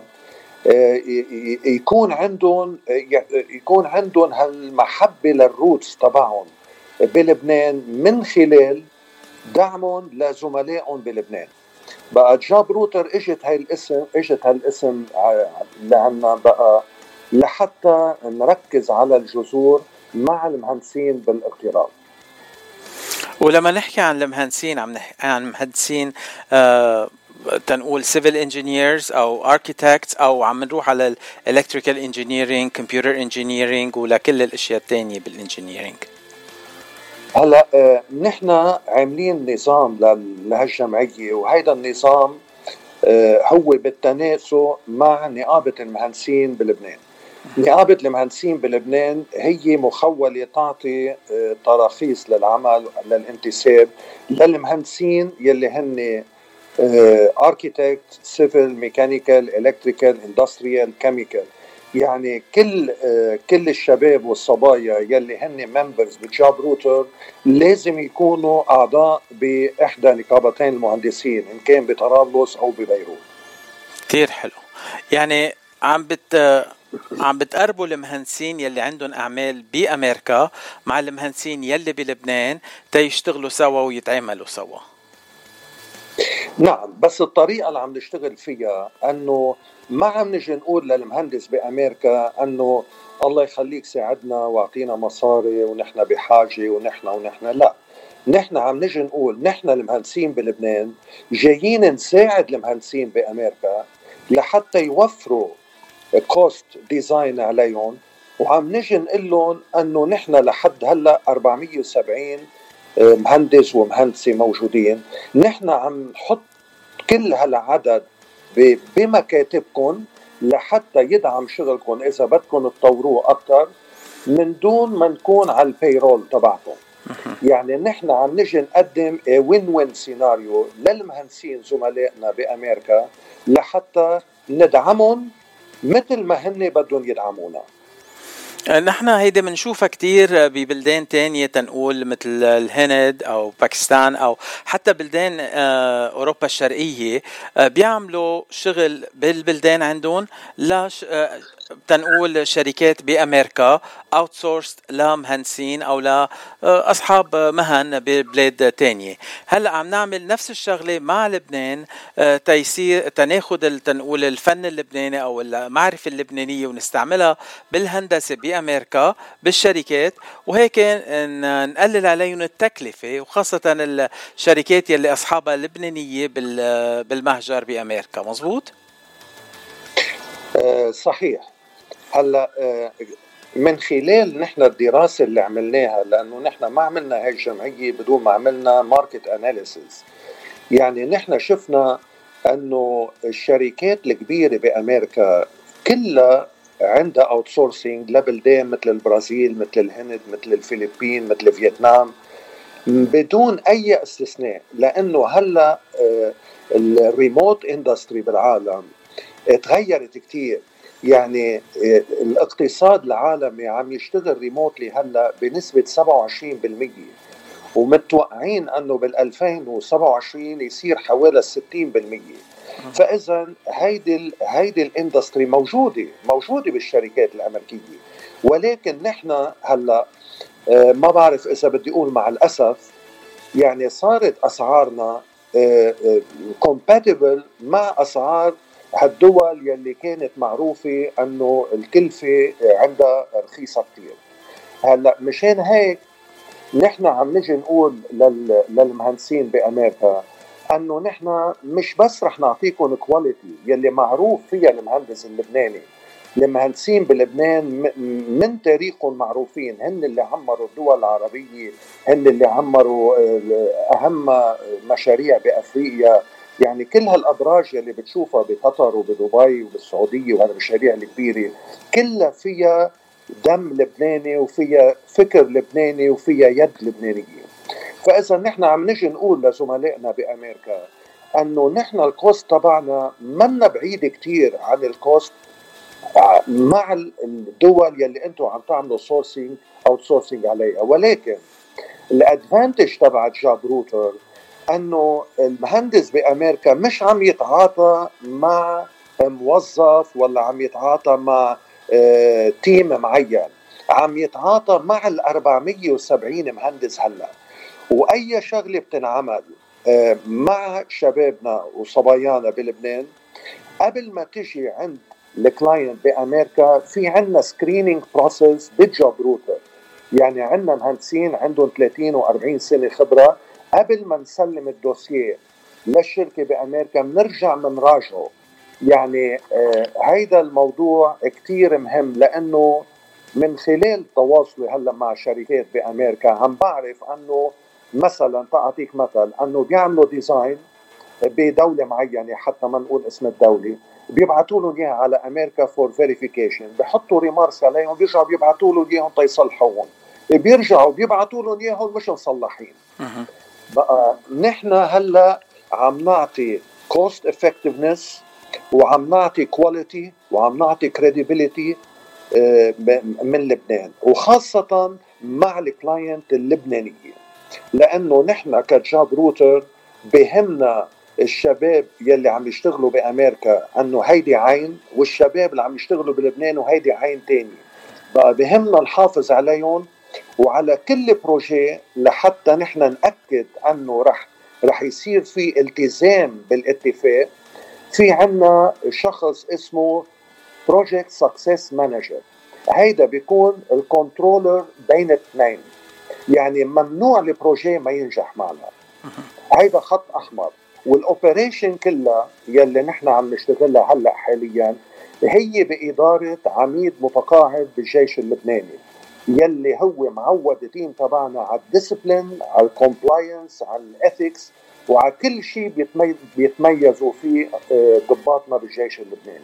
يكون عندهم هالمحبة للروتس تبعهم بلبنان من خلال دعمهم لزملائهم بلبنان. بقى جوب روتر اجت هالاسم لعنا بقى لحتى نركز على الجذور مع المهندسين بالاغتراب. ولما نحكي عن المهندسين عم نحكي عن مهندسين تنقول civil engineers أو architects، أو عم نروح على electrical engineering computer engineering ولا كل الأشياء التانية بالengineering. هلا نحن عاملين نظام لهالجمعية، وهيدا النظام هو بالتناسق مع نقابة المهندسين بلبنان. نقابة المهندسين بلبنان هي مخولة تعطي تراخيص للعمل للانتساب للمهندسين يلي هن architect, civil, mechanical, electrical, industrial, chemical. يعني كل الشباب والصبايا يلي هن ممبرز بجوب روتر لازم يكونوا أعضاء بإحدى نقابتين المهندسين، إن كان بطرابلس أو ببيروت. كتير حلو. يعني عم بتقربوا المهندسين يلي عندهم أعمال بأمريكا مع المهندسين يلي بلبنان تيشتغلوا سوا ويتعاملوا سوا. نعم، بس الطريقة اللي عم نشتغل فيها أنه ما عم نجي نقول للمهندس بأمريكا أنه الله يخليك ساعدنا واعطينا مصاري ونحن بحاجة ونحن لا. نحن عم نجي نقول نحن المهندسين بلبنان جايين نساعد المهندسين بأمريكا لحتى يوفروا كوست ديزاين عليهم، وعم نجي نقول لهم انه نحن لحد هلا 470 مهندس ومهندسه موجودين، نحن عم نحط كل هالعدد بمكاتبكم لحتى يدعم شغلكم اذا بدكم تطوروه اكثر من دون ما نكون على البيرول تبعكم. يعني نحن عم نجي نقدم وين وين سيناريو للمهندسين زملائنا بامريكا لحتى ندعمهم مثل ما هن بدهم يدعمونا. نحن هيدا منشوفها كتير ببلدان تانية، تنقول مثل الهند أو باكستان أو حتى بلدان أوروبا الشرقية، بيعملوا شغل بالبلدان عندهم لا تنقول شركات بأمريكا outsourced لمهندسين أو لأصحاب مهن ببلاد تانية. هلأ عم نعمل نفس الشغلة مع لبنان تيصير تناخد تنقول الفن اللبناني أو المعرفة اللبنانية ونستعملها بالهندسة بأمريكا بالشركات، وهيك نقلل عليهم التكلفة، وخاصة الشركات يلي أصحابها لبنانية بالمهجر بأمريكا. مزبوط؟ صحيح. هلا من خلال نحن الدراسة اللي عملناها، لأنه نحن ما عملنا هاي الجمعية بدون ما عملنا ماركت أناليسيس، يعني نحن شفنا أنه الشركات الكبيرة بأمريكا كلها عندها اوتسورسينج لبلدان مثل البرازيل، مثل الهند، مثل الفلبين، مثل فيتنام، بدون أي استثناء. لأنه هلا الريموت اندستري بالعالم تغيرت كتير، يعني الاقتصاد العالمي عم يشتغل ريموتلي هلا بنسبة 27%، ومتوقعين انه بال2027 يصير حوالي 60%. فاذا هيدي الاندستري موجودة بالشركات الامريكيه، ولكن نحن هلا ما بعرف اذا بدي اقول مع الاسف، يعني صارت اسعارنا compatible مع اسعار هالدول يلي كانت معروفة أنه الكلفة عندها رخيصة كتير. هلأ مشان هيك نحن عم نجي نقول للمهندسين بأمريكا أنه نحن مش بس رح نعطيكم كواليتي يلي معروف فيها المهندس اللبناني. المهندسين بلبنان من تاريخهم معروفين، هن اللي عمروا الدول العربية، هن اللي عمروا أهم مشاريع بأفريقيا. يعني كل هالأبراج اللي بتشوفها بقطر وبدبي وبالسعودية وهالمشاريع الكبيرة كلها فيها دم لبناني وفيها فكر لبناني وفيها يد لبنانية. فإذا نحن عم نجي نقول لزملائنا بأمريكا أنه نحن الكوست تبعنا منا بعيد كتير عن الكوست مع الدول يلي أنتم عم تعملوا outsourcing عليها، ولكن الادفانتج تبع جاب روتر انه المهندس بامريكا مش عم يتعاطى مع موظف ولا عم يتعاطى مع تيم معين، عم يتعاطى مع 470 مهندس هلا. واي شغله بتنعمل مع شبابنا وصبايانا بلبنان قبل ما تجي عند الكلاينت بامريكا في عندنا سكرينينج بروسيس بالجوب روتر. يعني عندنا مهندسين عندهم 30 و40 سنه خبره، قبل ما نسلم الدوسيه للشركه بامريكا بنرجع بنراجعه. يعني هيدا الموضوع كتير مهم، لانه من خلال تواصلي هلا مع شركات بامريكا عم بعرف انه مثلا تعطيك مثل انه بيعملوا ديزاين بدوله معينه حتى ما نقول اسم الدوله، بيبعتوا لهم اياها على امريكا فور فيريفيكيشن، بحطوا ريماركس عليهم، بيرجعوا بيبعتوا لهم اياهم تيصلحوهم، بيرجعوا بيبعتوا لهم اياهم مش مصلحين. بقى نحن هلا عم نعطي كوست افكتفنس وعم نعطي كواليتي وعم نعطي كريديبيليتي من لبنان، وخاصه مع الكلاينت اللبنانيه، لانه نحن كجاب روتر بهمنا الشباب يلي عم يشتغلوا بأمريكا أنه هيدي عين، والشباب اللي عم يشتغلوا بلبنان وهيدي عين تاني. بقى بهمنا نحافظ عليهم وعلى كل بروجي لحتى نحن نأكد أنه رح يصير في التزام بالاتفاق. في عنا شخص اسمه Project Success Manager، هيدا بيكون الكنترولر بين الاثنين، يعني ممنوع البروجي ما ينجح معنا، هيدا خط أحمر. والاوبريشن كلها يلي نحن عم نشتغلها هلا حاليا هي بإدارة عميد متقاعد بالجيش اللبناني، يلي هو معود التيم تبعنا على الديسبلين، على الكومبلاينس، على الإثيكس، وعلى كل شيء بيتميزوا فيه ضباطنا بالجيش اللبناني.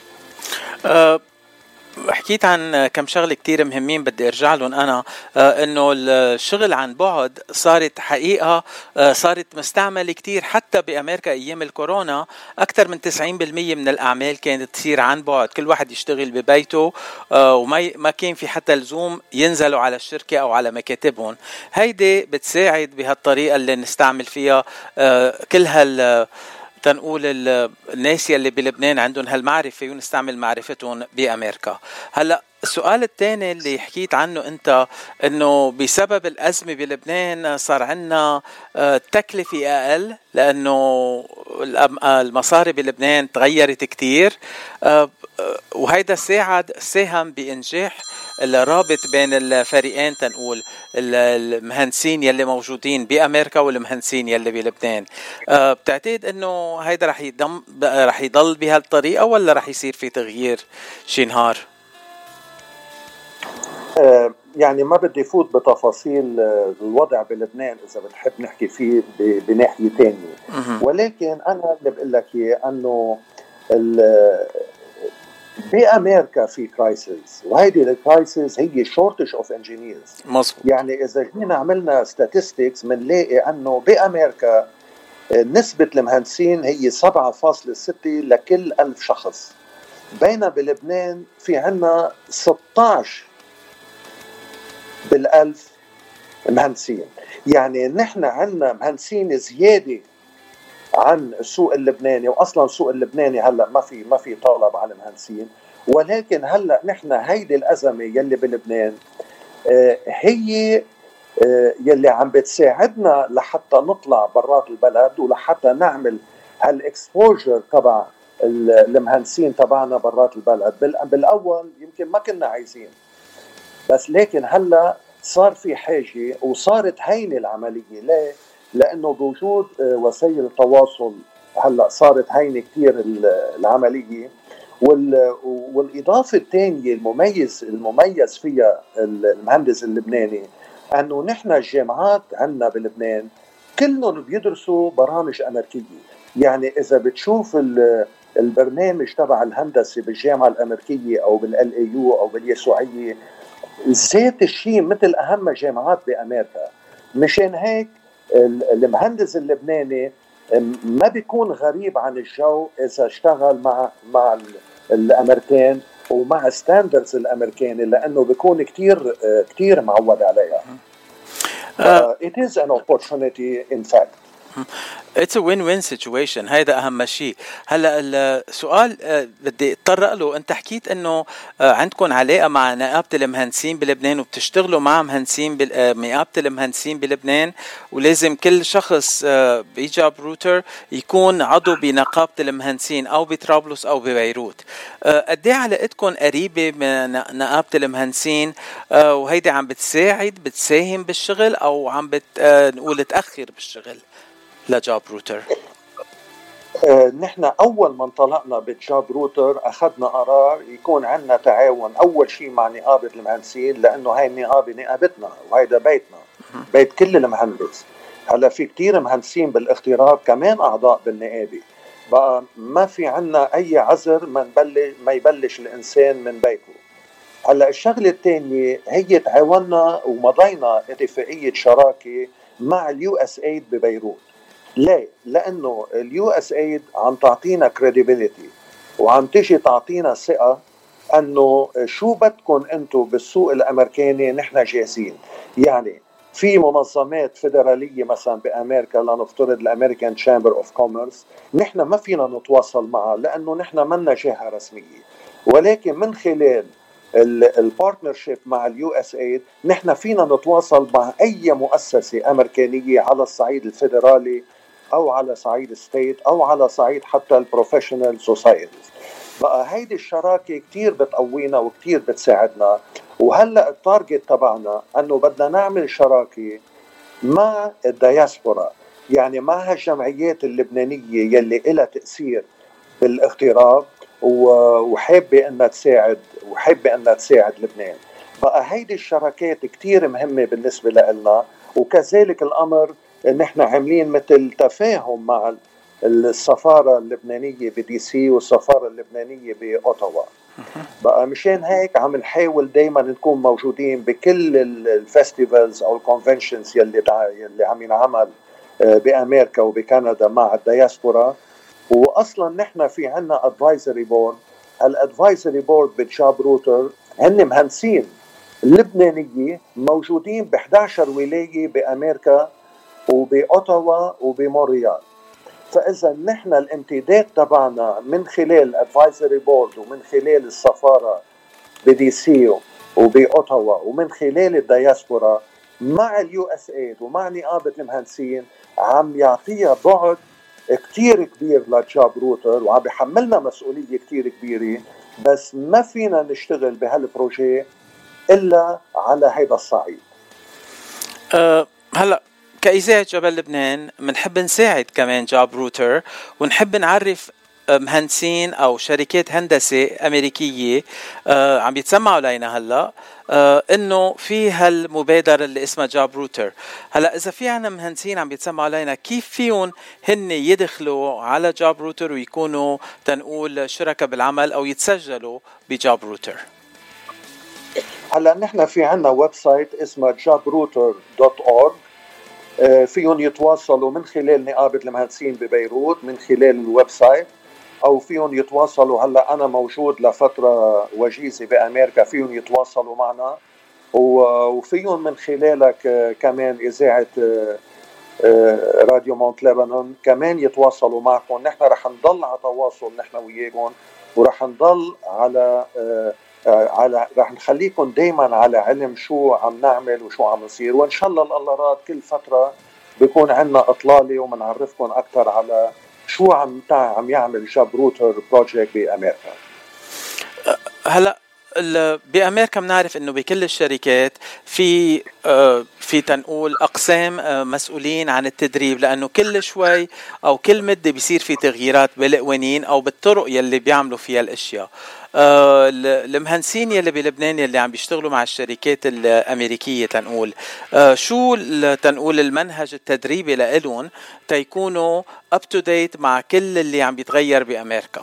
حكيت عن كم شغله كتير مهمين بدي ارجع لهم انا. انه الشغل عن بعد صارت حقيقه، صارت مستعمله كتير حتى بامريكا ايام الكورونا. اكثر من 90% من الاعمال كانت تصير عن بعد، كل واحد يشتغل ببيته وما كان في حتى لزوم ينزلوا على الشركه او على مكاتبهم. هيدي بتساعد بهالطريقه اللي نستعمل فيها كل تنقول الناس يلي بلبنان عندهم هالمعرفة ونستعمل معرفتهم بأمريكا. هلأ السؤال الثاني اللي حكيت عنه أنت، أنه بسبب الأزمة بلبنان صار عنا تكلفة أقل لأنه المصاري بلبنان تغيرت كتير، وهيدا ساهم بإنجاح الرابط بين الفريقين، تنقول المهندسين يلي موجودين بأمريكا والمهندسين يلي بلبنان. بتعتقد أنه هيدا رح يضل بهالطريقة ولا رح يصير في تغيير شي نهار؟ يعني ما بدي فوت بتفاصيل الوضع بلبنان إذا بتحب نحكي فيه بناحية تانية، ولكن أنا اللي بقول لك أنه بأمريكا في كرايسيس، وهيدي الكرايسيس هي شورتج اوف انجينيرز. يعني إذا جينا عملنا statistics منلاقي أنه بأمريكا نسبة المهندسين هي 7.6 لكل 1000 شخص، بينما بلبنان في عنا 16 بالألف مهندسين. يعني نحن عنا مهندسين زيادة عن السوق اللبناني، واصلا السوق اللبناني هلا ما في طلب على المهندسين. ولكن هلا نحن هيدي الازمه يلي بلبنان هي يلي عم بتساعدنا لحتى نطلع برات البلد ولحتى نعمل هالاكسبوجر تبع المهندسين تبعنا برات البلد. بالاول يمكن ما كنا عايزين، بس لكن هلا صار في حاجه وصارت هينه العمليه. ليه؟ لأنه بوجود وسائل التواصل هلأ صارت هينة كتير العملية. والإضافة الثانية المميز فيها المهندس اللبناني أنه نحن الجامعات عندنا بلبنان كلهم بيدرسوا برامج أمريكية. يعني إذا بتشوف البرنامج تبع الهندسة بالجامعة الأمريكية أو بالLAU أو باليسوعية ذات الشيء مثل أهم جامعات بأمريكا. مشان هيك المهندس اللبناني ما بيكون غريب عن الجو إذا اشتغل مع الأمريكان ومع ستاندردز الأمريكاني، لأنه بيكون كتير معود عليها. It is an opportunity in fact. It's a win-win situation. هيدا أهم شيء. هلا السؤال بدي اتطرق له. أنت حكيت إنه عندكم علاقة مع نقابة المهندسين بلبنان وبتشتغلوا مع مهندسين نقابة المهندسين بلبنان، ولازم كل شخص بجاب روتر يكون عضو بنقابة المهندسين أو بطرابلس أو ببيروت. قد إيه علاقتكم قريبة من نقابة المهندسين، وهيدا عم بتساهم بالشغل أو عم نقول تأخر بالشغل لجاب روتر؟ نحن أول ما انطلقنا بجاب روتر أخذنا قرار يكون عندنا تعاون أول شيء مع نقابة المهندسين، لأنه هاي النقابة نقابتنا وهيدا بيتنا، بيت كل المهندس. هلا في كتير مهندسين بالاغتراب كمان أعضاء بالنقابة، بقى ما في عنا أي عذر ما يبلش الإنسان من بيته. هلا الشغلة الثانية هي تعاوننا ومضينا اتفاقية شراكة مع الUSAID ببيروت. ليه؟ لأنه الUSAID عم تعطينا credibility وعم تيجي تعطينا ثقة أنه شو بدكم أنتم بالسوق الأمريكاني نحن جاهزين. يعني في منظمات فيدرالية مثلا بأمريكا، لنفترض الأمريكان تشامبر أوف كوميرس، نحن ما فينا نتواصل معها لأنه نحن منا جهة رسمية، ولكن من خلال البارتنرشيب مع الUSAID نحن فينا نتواصل مع أي مؤسسة أمريكانية على الصعيد الفيدرالي أو على صعيد ستيت أو على صعيد حتى البروفيشنال سوسايتيز. بقى هيدي الشراكة كتير بتقوينا وكتير بتساعدنا. وهلأ التارجت تبعنا أنه بدنا نعمل شراكة مع الدياسبورا، يعني مع هالجمعيات اللبنانية يلي إلها تأثير بالاغتراب، وحابة أنها تساعد لبنان. بقى هيدي الشراكات كتير مهمة بالنسبة لنا، وكذلك الأمر نحن عاملين مثل تفاهم مع السفارة اللبنانية بدي سي والسفارة اللبنانية بأوتاوا. بقى مشان هيك عم نحاول دايما نكون موجودين بكل الفستيفالز أو الكونفنشنز يلي عم ينعمل بأمريكا وبكندا مع الدياسبورا. وأصلا نحن في عنا advisory board. الادفايزري بورد بجاب روتر هن مهندسين لبنانية موجودين ب 11 ولاية بأمريكا وبأوتاوا وبمونريال. فإذا نحن الامتداد تبعنا من خلال الادفايزري بورد ومن خلال السفارة بدي سي وبأوتاوا ومن خلال الدياسبورا مع اليو اس ايد ومع نقابة المهندسين عم يعطيها بعد كتير كبير لجاب روتر وعم بيحملنا مسؤولية كتير كبيرة. بس ما فينا نشتغل بهالبروجي إلا على هيدا الصعيد. هلأ كإذاعة جبل لبنان منحب نساعد كمان جاب روتر ونحب نعرف مهندسين أو شركات هندسة أمريكية عم يتسمعوا لينا هلأ إنه في هالمبادرة اللي اسمها جاب روتر. هلأ إذا في عنا مهندسين عم يتسمعوا لينا كيف فيهم هن يدخلوا على جاب روتر ويكونوا تنقول شركة بالعمل أو يتسجلوا بجاب روتر؟ هلأ نحن في عنا ويب سايت اسمه jobrouter.org. فيهم يتواصلوا من خلال نقابة المهندسين ببيروت من خلال الويب سايت، أو فيهم يتواصلوا. هلأ أنا موجود لفترة وجيزة بأمريكا، فيهم يتواصلوا معنا. وفيهم من خلالك كمان إذاعة راديو مونت لبنان كمان يتواصلوا معكم. نحن رح نضل على تواصل نحن وياكم، ورح نضل رح نخليكم دايما على علم شو عم نعمل وشو عم نصير. وإن شاء الله الله كل فترة بيكون عندنا إطلالة ومنعرفكم أكثر على شو عم يعمل جاب روتر بروجيكت بأمريكا. هلا بأمريكا بنعرف إنه بكل الشركات في تنقول أقسام مسؤولين عن التدريب، لأنه كل شوي أو كل مدة بيصير في تغييرات بالقوانين أو بالطرق يلي بيعملوا فيها الأشياء. المهندسين يلي بلبنان يلي عم بيشتغلوا مع الشركات الأمريكية تنقول شو تنقول المنهج التدريبي لإلهم تيكونوا up to date مع كل اللي عم بيتغير بأمريكا؟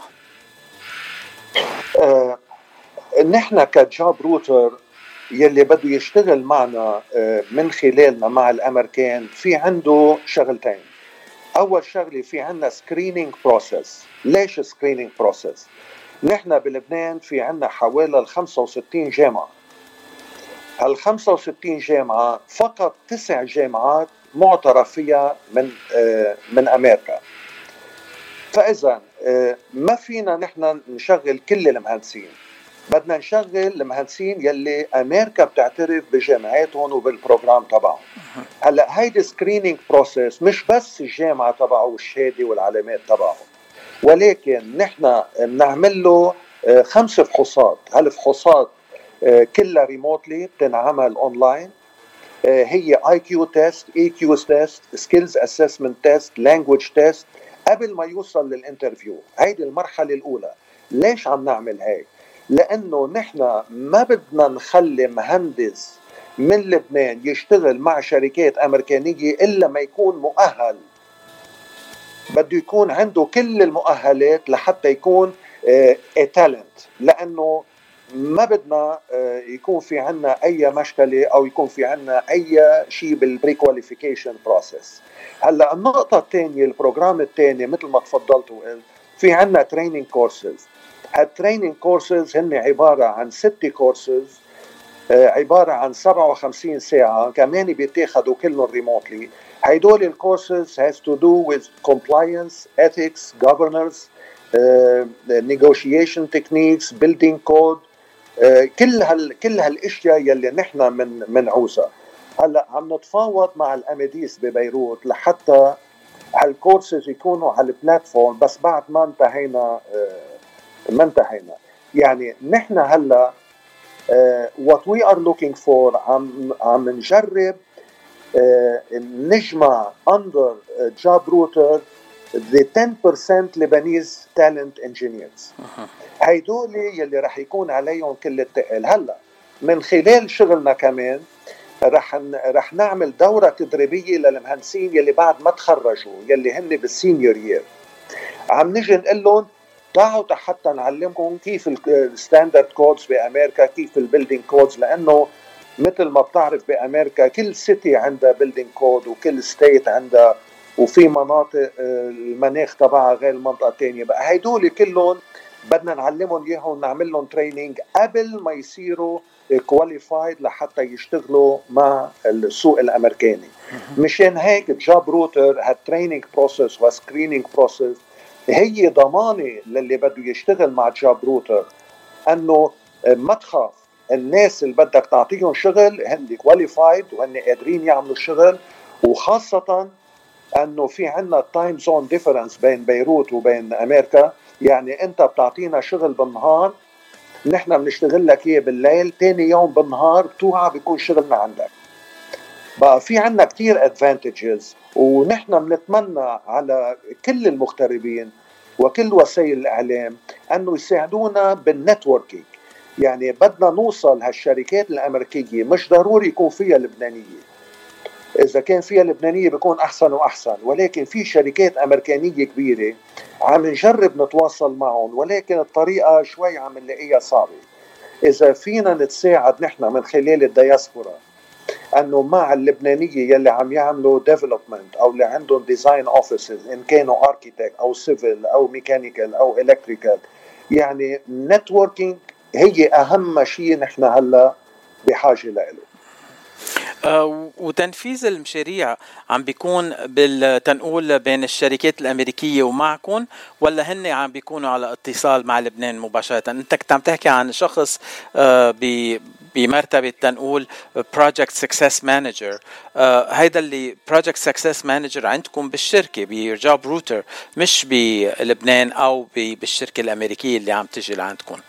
نحن كجاب روتر يلي بده يشتغل معنا من خلالنا مع الأمريكان في عنده شغلتين. أول شغلة في عنا سكرينينج بروسيس. ليش سكرينينج بروسيس؟ نحن بلبنان في عنا حوالي 65 جامعة. هال 65 جامعة فقط 9 جامعات معترف فيها من أمريكا. فإذا ما فينا نحن نشغل كل المهندسين، بدنا نشغل المهندسين يلي أمريكا بتعترف بجامعاتهم وبالبروجرام تبعهم. هلأ هيدي سكرينينج بروسيس مش بس الجامعة تبعه والشهادة والعلامات تبعه، ولكن نحن بنعمل له 5 فحوصات. هالفحوصات كلها ريموتلي بتنعمل اونلاين. هي IQ تيست، EQ تيست، سكيلز اسسمنت تيست، لانجويج تيست قبل ما يوصل للانترفيو. هيدي المرحلة الأولى. ليش عم نعمل هيك؟ لأنه نحن ما بدنا نخلي مهندس من لبنان يشتغل مع شركات أمريكانية إلا ما يكون مؤهل. بده يكون عنده كل المؤهلات لحتى يكون تالنت، لأنه ما بدنا يكون في عنا أي مشكلة أو يكون في عنا أي شيء بالبريكواليفيكيشن بروسيس. هلأ النقطة الثانية، البروجرام الثاني مثل ما تفضلت وقلت في عنا تريننج كورسز. هالتريننج كورسز هن عبارة عن 6 كورسز عبارة عن 57 ساعة كمان بيتاخدوا كلهم ريموتلي. هيدول الكورسز has to do with compliance, ethics, governance, negotiation techniques, building code, كل هالاشياء يلي نحن منعوزها. هلا عم نتفاوض مع الاميديس ببيروت لحتى هالكورسز يكونوا على البلاتفورم، بس بعد ما انتهينا. يعني نحن هلا what we are looking for عم نجرب نجمع under job router the 10% Lebanese talent engineers. هيدول يلي رح يكون عليهم كل التقل. هلا من خلال شغلنا كمان رح نعمل دورة تدريبية للمهندسين يلي بعد ما تخرجوا، يلي هن بالسينيور يير. عم نجي نقول لهم تعالوا حتى نعلمكم كيف الستاندرد كودز بأمريكا، كيف البيلدينج كودز، لأنه مثل ما بتعرف بأمريكا كل سيتي عندها بيلدينج كود وكل ستيت عندها، وفي مناطق المناخ تبعها غير المنطقة الثانية. بقى هيدول كلهم بدنا نعلمهم إياهم، نعمل لهم تريننج قبل ما يصيروا كواليفايد لحتى يشتغلوا مع السوق الأمريكاني. مشان هيك جوب روتر هالتريننج بروسيس وسكرينينج بروسيس هي ضمانة للي بده يشتغل مع جوب روتر أنه ما تخاف، الناس اللي بدك تعطيهم شغل هن كواليفايد وهن قادرين يعملوا الشغل. وخاصة أنه في عنا تايم زون ديفرنس بين بيروت وبين أمريكا، يعني أنت بتعطينا شغل بالنهار، نحن بنشتغل لك إيه بالليل، تاني يوم بالنهار بتوعى بيكون شغلنا عندك. بقى في عنا كتير ادفانتجز، ونحن بنتمنى على كل المغتربين وكل وسائل الإعلام أنه يساعدونا بالنتوركينج. يعني بدنا نوصل هالشركات الأمريكية، مش ضروري يكون فيها لبنانية، إذا كان فيها لبنانية بيكون أحسن وأحسن، ولكن في شركات أمريكانية كبيرة عم نجرب نتواصل معهم، ولكن الطريقة شوي عم نلاقيها صعبة. إذا فينا نتساعد نحن من خلال الدياسبورا أنه مع اللبنانية يلي عم يعملوا ديفلوبمنت أو اللي عندهم ديزاين أوفيسز، إن كانوا أركيتكت أو سيفل أو ميكانيكال أو إلكتريكال، يعني نتوركينج هي أهم شيء نحن هلا بحاجة له. وتنفيذ المشاريع عم بيكون بالتنقول بين الشركات الأمريكية ومعكم، ولا هن عم بيكونوا على اتصال مع لبنان مباشرة؟ انت كنت عم تحكي عن شخص بمرتبة تنقول Project Success Manager. هيدا اللي Project Success Manager عندكم بالشركة بجوب روتر، مش بلبنان أو بالشركة الأمريكية اللي عم تجي لعندكم.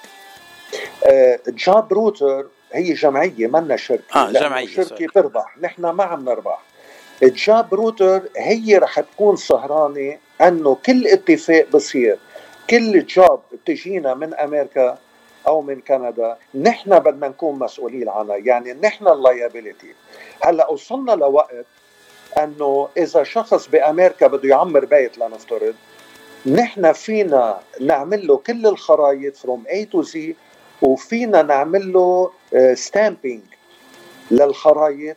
جوب روتر هي جمعية منا شركة. جمعية. شركة تربح، نحن ما عم نربح. الجوب روتر هي رح تكون سهرانة أنه كل اتفاق بصير، كل جوب بتجينا من أمريكا أو من كندا نحن بدنا نكون مسؤولين عنها، يعني نحن اللايابيليتي. هلأ وصلنا لوقت أنه إذا شخص بأمريكا بده يعمر بيت لنفترض، نحن فينا نعمل له كل الخرايط from A to Z، وفينا نعمل له ستامبينج للخرايط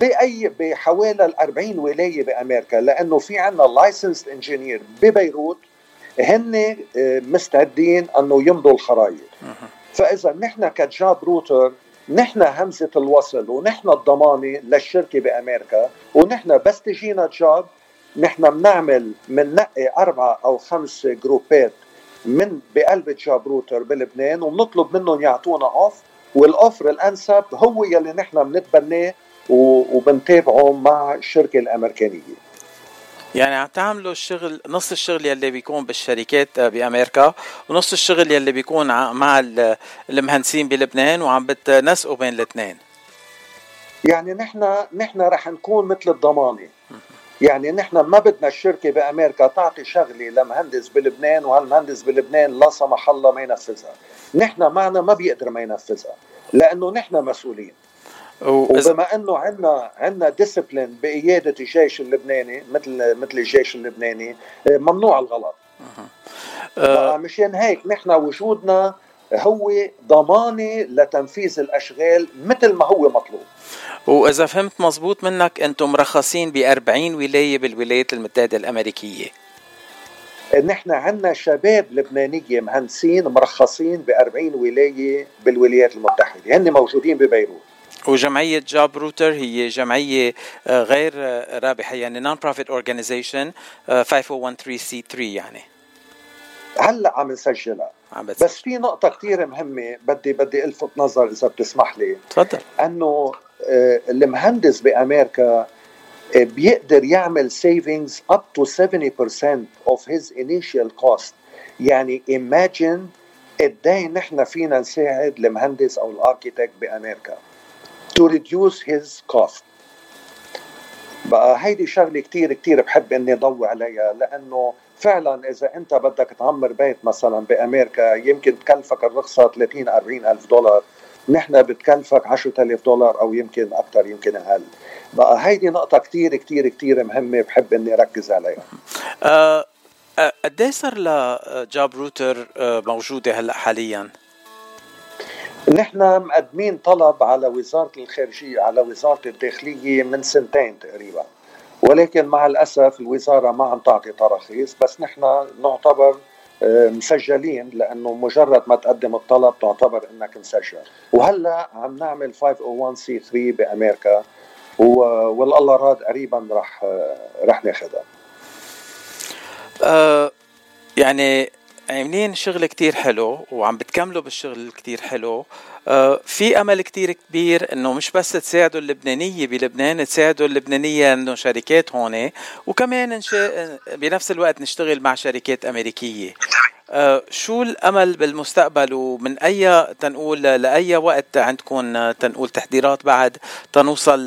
بحوالي 40 ولاية بأمريكا، لأنه في عنا لايسنسد انجينير ببيروت هن مستعدين أنه يمضوا الخرايط. فإذا نحن كجوب روتر نحن همزة الوصل ونحن الضمانة للشركة بأمريكا، ونحن بس تجينا جوب نحن مننقي 4 أو 5 جروبات من بقلب الجوب روتر بلبنان، وبنطلب منهم يعطونا اوف، والاوفر الانسب هو يلي نحن بنتبناه وبنتابعه مع الشركه الامريكانيه. يعني عم تعملوا الشغل، نص الشغل يلي بيكون بالشركات بأمريكا ونص الشغل يلي بيكون مع المهندسين بلبنان، وعم بتنسقوا بين الاثنين. يعني نحن رح نكون مثل الضمانة. يعني نحن ما بدنا الشركة بأمريكا تعطي شغلة لمهندس بلبنان وهالمهندس بلبنان لا سمح الله ما ينفذها. نحن معنا ما بيقدر ما ينفذها، لأنه نحن مسؤولين. وبما أنه عنا ديسيبلين بقيادة الجيش اللبناني مثل الجيش اللبناني، ممنوع الغلط. مشان هيك نحن وجودنا هو ضمانة لتنفيذ الأشغال مثل ما هو مطلوب. وإذا فهمت مزبوط منك أنتم مرخصين ب40 ولاية بالولايات المتحدة الأمريكية. نحن عنا شباب لبنانية مهندسين مرخصين ب40 ولاية بالولايات المتحدة، هن موجودين ببيروت. وجمعية جوب روتر هي جمعية غير رابحة، يعني non-profit organization 5013C3 يعني. هلأ عم نسجلها. بس في نقطة كتير مهمة بدي ألفت نظر إذا بتسمح لي. تفضل. أنه المهندس بأمريكا بيقدر يعمل savings up to 70% of his initial cost. يعني imagine قديه نحن فينا نساعد المهندس أو الاركيتكت بأمريكا to reduce his cost. بقى هيدي شغلة كتير كتير بحب اني ضوي عليها، لانه فعلا اذا انت بدك تعمر بيت مثلا بامريكا يمكن تكلفك الرخصة 30-40 ألف دولار، نحن بتكلفك 10,000 دولار او يمكن اكثر يمكن اقل. بقى هيدي نقطة كتير كتير كتير مهمة بحب اني ركز عليها. قد ايه صار لجاب روتر موجودة هلا حاليا؟ نحن مقدمين طلب على وزارة الخارجية على وزارة الداخلية من 2 سنين تقريبا، ولكن مع الأسف الوزارة ما عم تعطي تراخيص، بس نحن نعتبر مسجلين، لأنه مجرد ما تقدم الطلب تعتبر أنك مسجل. وهلأ عم نعمل 501c3 بأمريكا، والله راد قريبا رح ناخدها. يعني عاملين شغل كتير حلو وعم بتكملوا بالشغل كتير حلو. في أمل كتير كبير إنه مش بس تساعدوا اللبنانية بلبنان، تساعدوا اللبنانية إنه شركات هون، وكمان بنفس الوقت نشتغل مع شركات أمريكية. شو الأمل بالمستقبل، ومن أي تنقول لأي وقت عندكم تنقول تحضيرات بعد تنوصل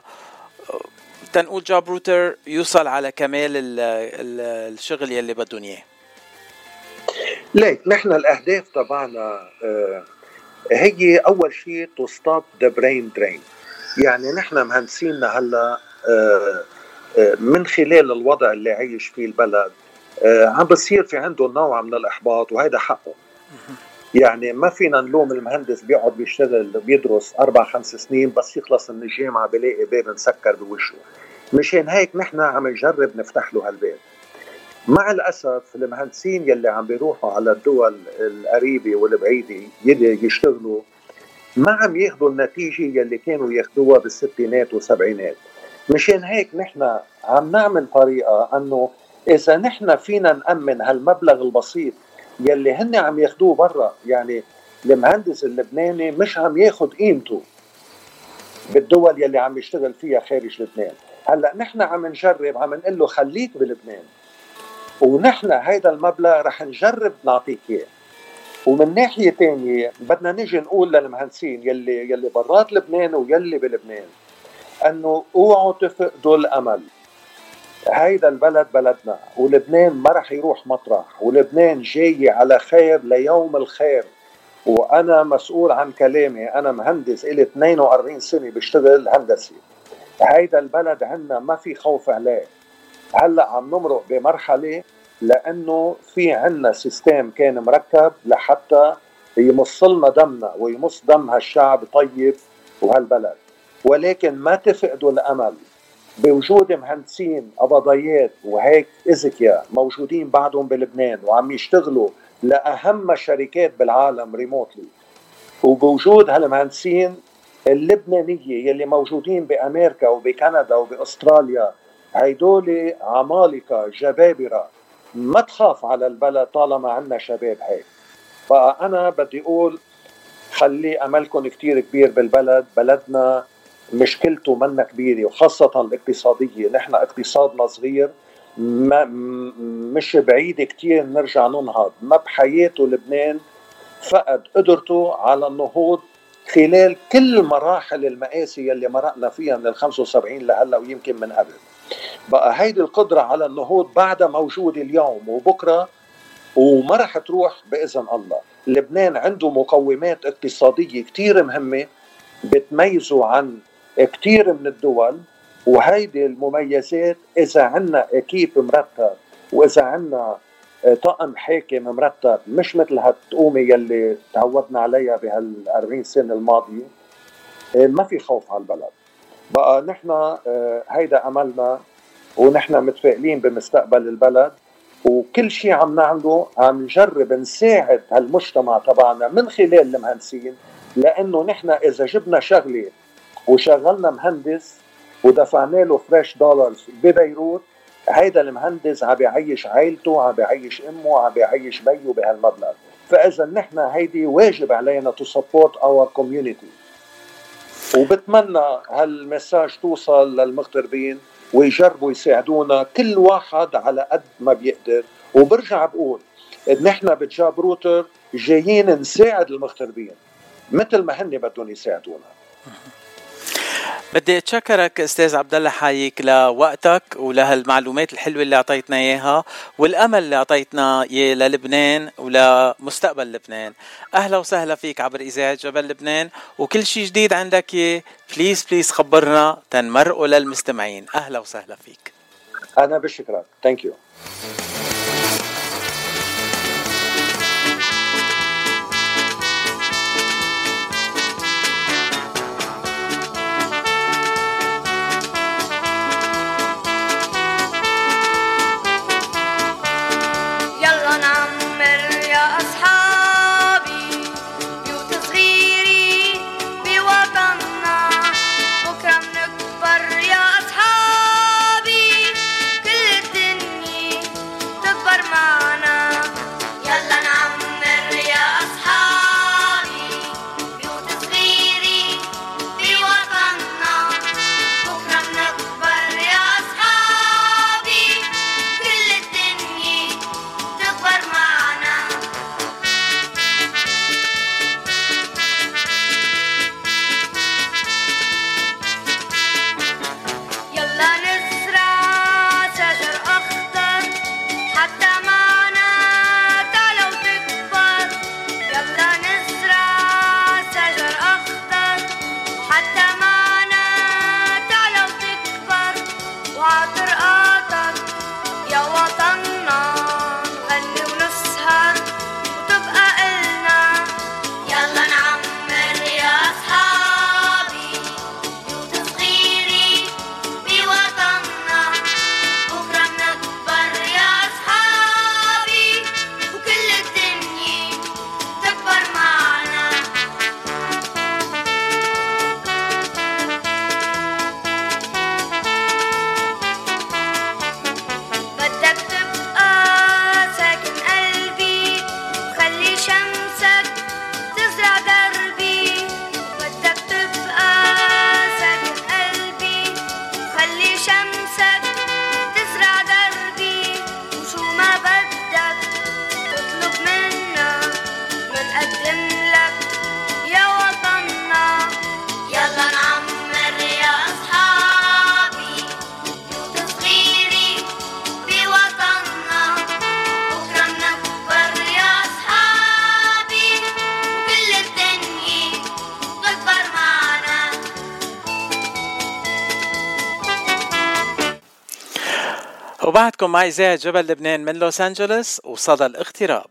تنقول جاب روتر يوصل على كمال الشغل يلي بدون إياه؟ ليك نحن الأهداف تبعنا هي أول شيء to stop the brain drain. يعني نحن مهندسيننا هلا من خلال الوضع اللي عايش فيه البلد عم بصير في عنده نوع من الإحباط، وهذا حقه. يعني ما فينا نلوم المهندس بيقعد بيشتغل بيدرس 4-5 سنين بس يخلص من الجامعة بلاقي باب مسكر بوشه. مشان هيك نحن عم نجرب نفتح له هالباب. مع الأسف المهندسين يلي عم بيروحوا على الدول القريبة والبعيدة يلي يشتغلوا ما عم ياخدوا النتيجة يلي كانوا ياخدوها بالستينات والسبعينات. مشان هيك نحن عم نعمل طريقة أنه إذا نحن فينا نأمن هالمبلغ البسيط يلي هن عم ياخدوه برا، يعني المهندس اللبناني مش عم ياخد قيمته بالدول يلي عم يشتغل فيها خارج لبنان. هلأ نحن عم نجرب، عم نقول له خليك بلبنان، ونحن هيدا المبلغ رح نجرب نعطيك اياه. ومن ناحية تانية بدنا نيجي نقول للمهندسين يلي برات لبنان ويلي بلبنان انه اوعوا تفقدوا الامل. هيدا البلد بلدنا، ولبنان ما رح يروح مطرح، ولبنان جاي على خير ليوم الخير. وانا مسؤول عن كلامي، انا مهندس الي 42 سنة بشتغل هندسي. هيدا البلد عنا ما في خوف عليه. هلأ عم نمرق بمرحلة لأنه في عنا سيستم كان مركب لحتى يمصلنا دمنا ويمص دم هالشعب طيب وهالبلد، ولكن ما تفقدوا الأمل. بوجود مهندسين قبضيات وهيك إذكياء موجودين بعدهم بلبنان وعم يشتغلوا لأهم شركات بالعالم ريموتلي، وبوجود هالمهندسين اللبنانية يلي موجودين بأمريكا وبكندا وبأستراليا، هيدول عمالقة جبابرة. ما تخاف على البلد طالما عنا شباب هيك. فأنا بدي أقول خلي أملكم كتير كبير بالبلد. بلدنا مشكلته منا كبيرة، وخاصة الاقتصادية. نحن اقتصادنا صغير، مش بعيد كتير نرجع ننهض. ما بحياته لبنان فقد قدرته على النهوض خلال كل مراحل المآسي اللي مرقنا فيها من 75 لهلا ويمكن من قبل. بقى هيدي القدرة على النهوض بعدها موجودة اليوم وبكرة، وما رح تروح بإذن الله. لبنان عنده مقومات اقتصادية كتير مهمة بتميزوا عن كتير من الدول، وهيدي المميزات إذا عنا أكيب مرتب وإذا عنا طاقم حاكم مرتب، مش مثل هالتقومة يلي تعودنا عليها بهال40 سنة الماضية، ما في خوف على البلد. بقى نحن هيدا أملنا، ونحن متفائلين بمستقبل البلد، وكل شيء عم نعمله عم نجرب نساعد هالمجتمع تبعنا من خلال المهندسين. لأنه نحن إذا جبنا شغلة وشغلنا مهندس ودفعنا له فريش دولارز ببيروت، هيدا المهندس عم بيعيش عائلته، عم بيعيش امه، عم بيعيش بيه بهالمبلغ. فاذا نحن هيدي واجب علينا تو سبورت اور كوميونيتي. وبتمنى هالمساج توصل للمغتربين ويجربوا يساعدونا كل واحد على قد ما بيقدر. وبرجع بقول نحن بجاب روتر جايين نساعد المغتربين مثل ما هن بدهم يساعدونا. بدي اتشكرك استاذ عبد الله حايك لوقتك ولهالمعلومات الحلوه اللي اعطيتنا اياها والامل اللي اعطيتنا اياه للبنان ولمستقبل لبنان. اهلا وسهلا فيك عبر اذاعه جبل لبنان، وكل شيء جديد عندك اياه بليز خبرنا تنمرقوا للمستمعين. اهلا وسهلا فيك. انا بشكرك. ثانك يو. وبعدكم مع إذاعة جبل لبنان من لوس أنجلوس وصدى الاغتراب.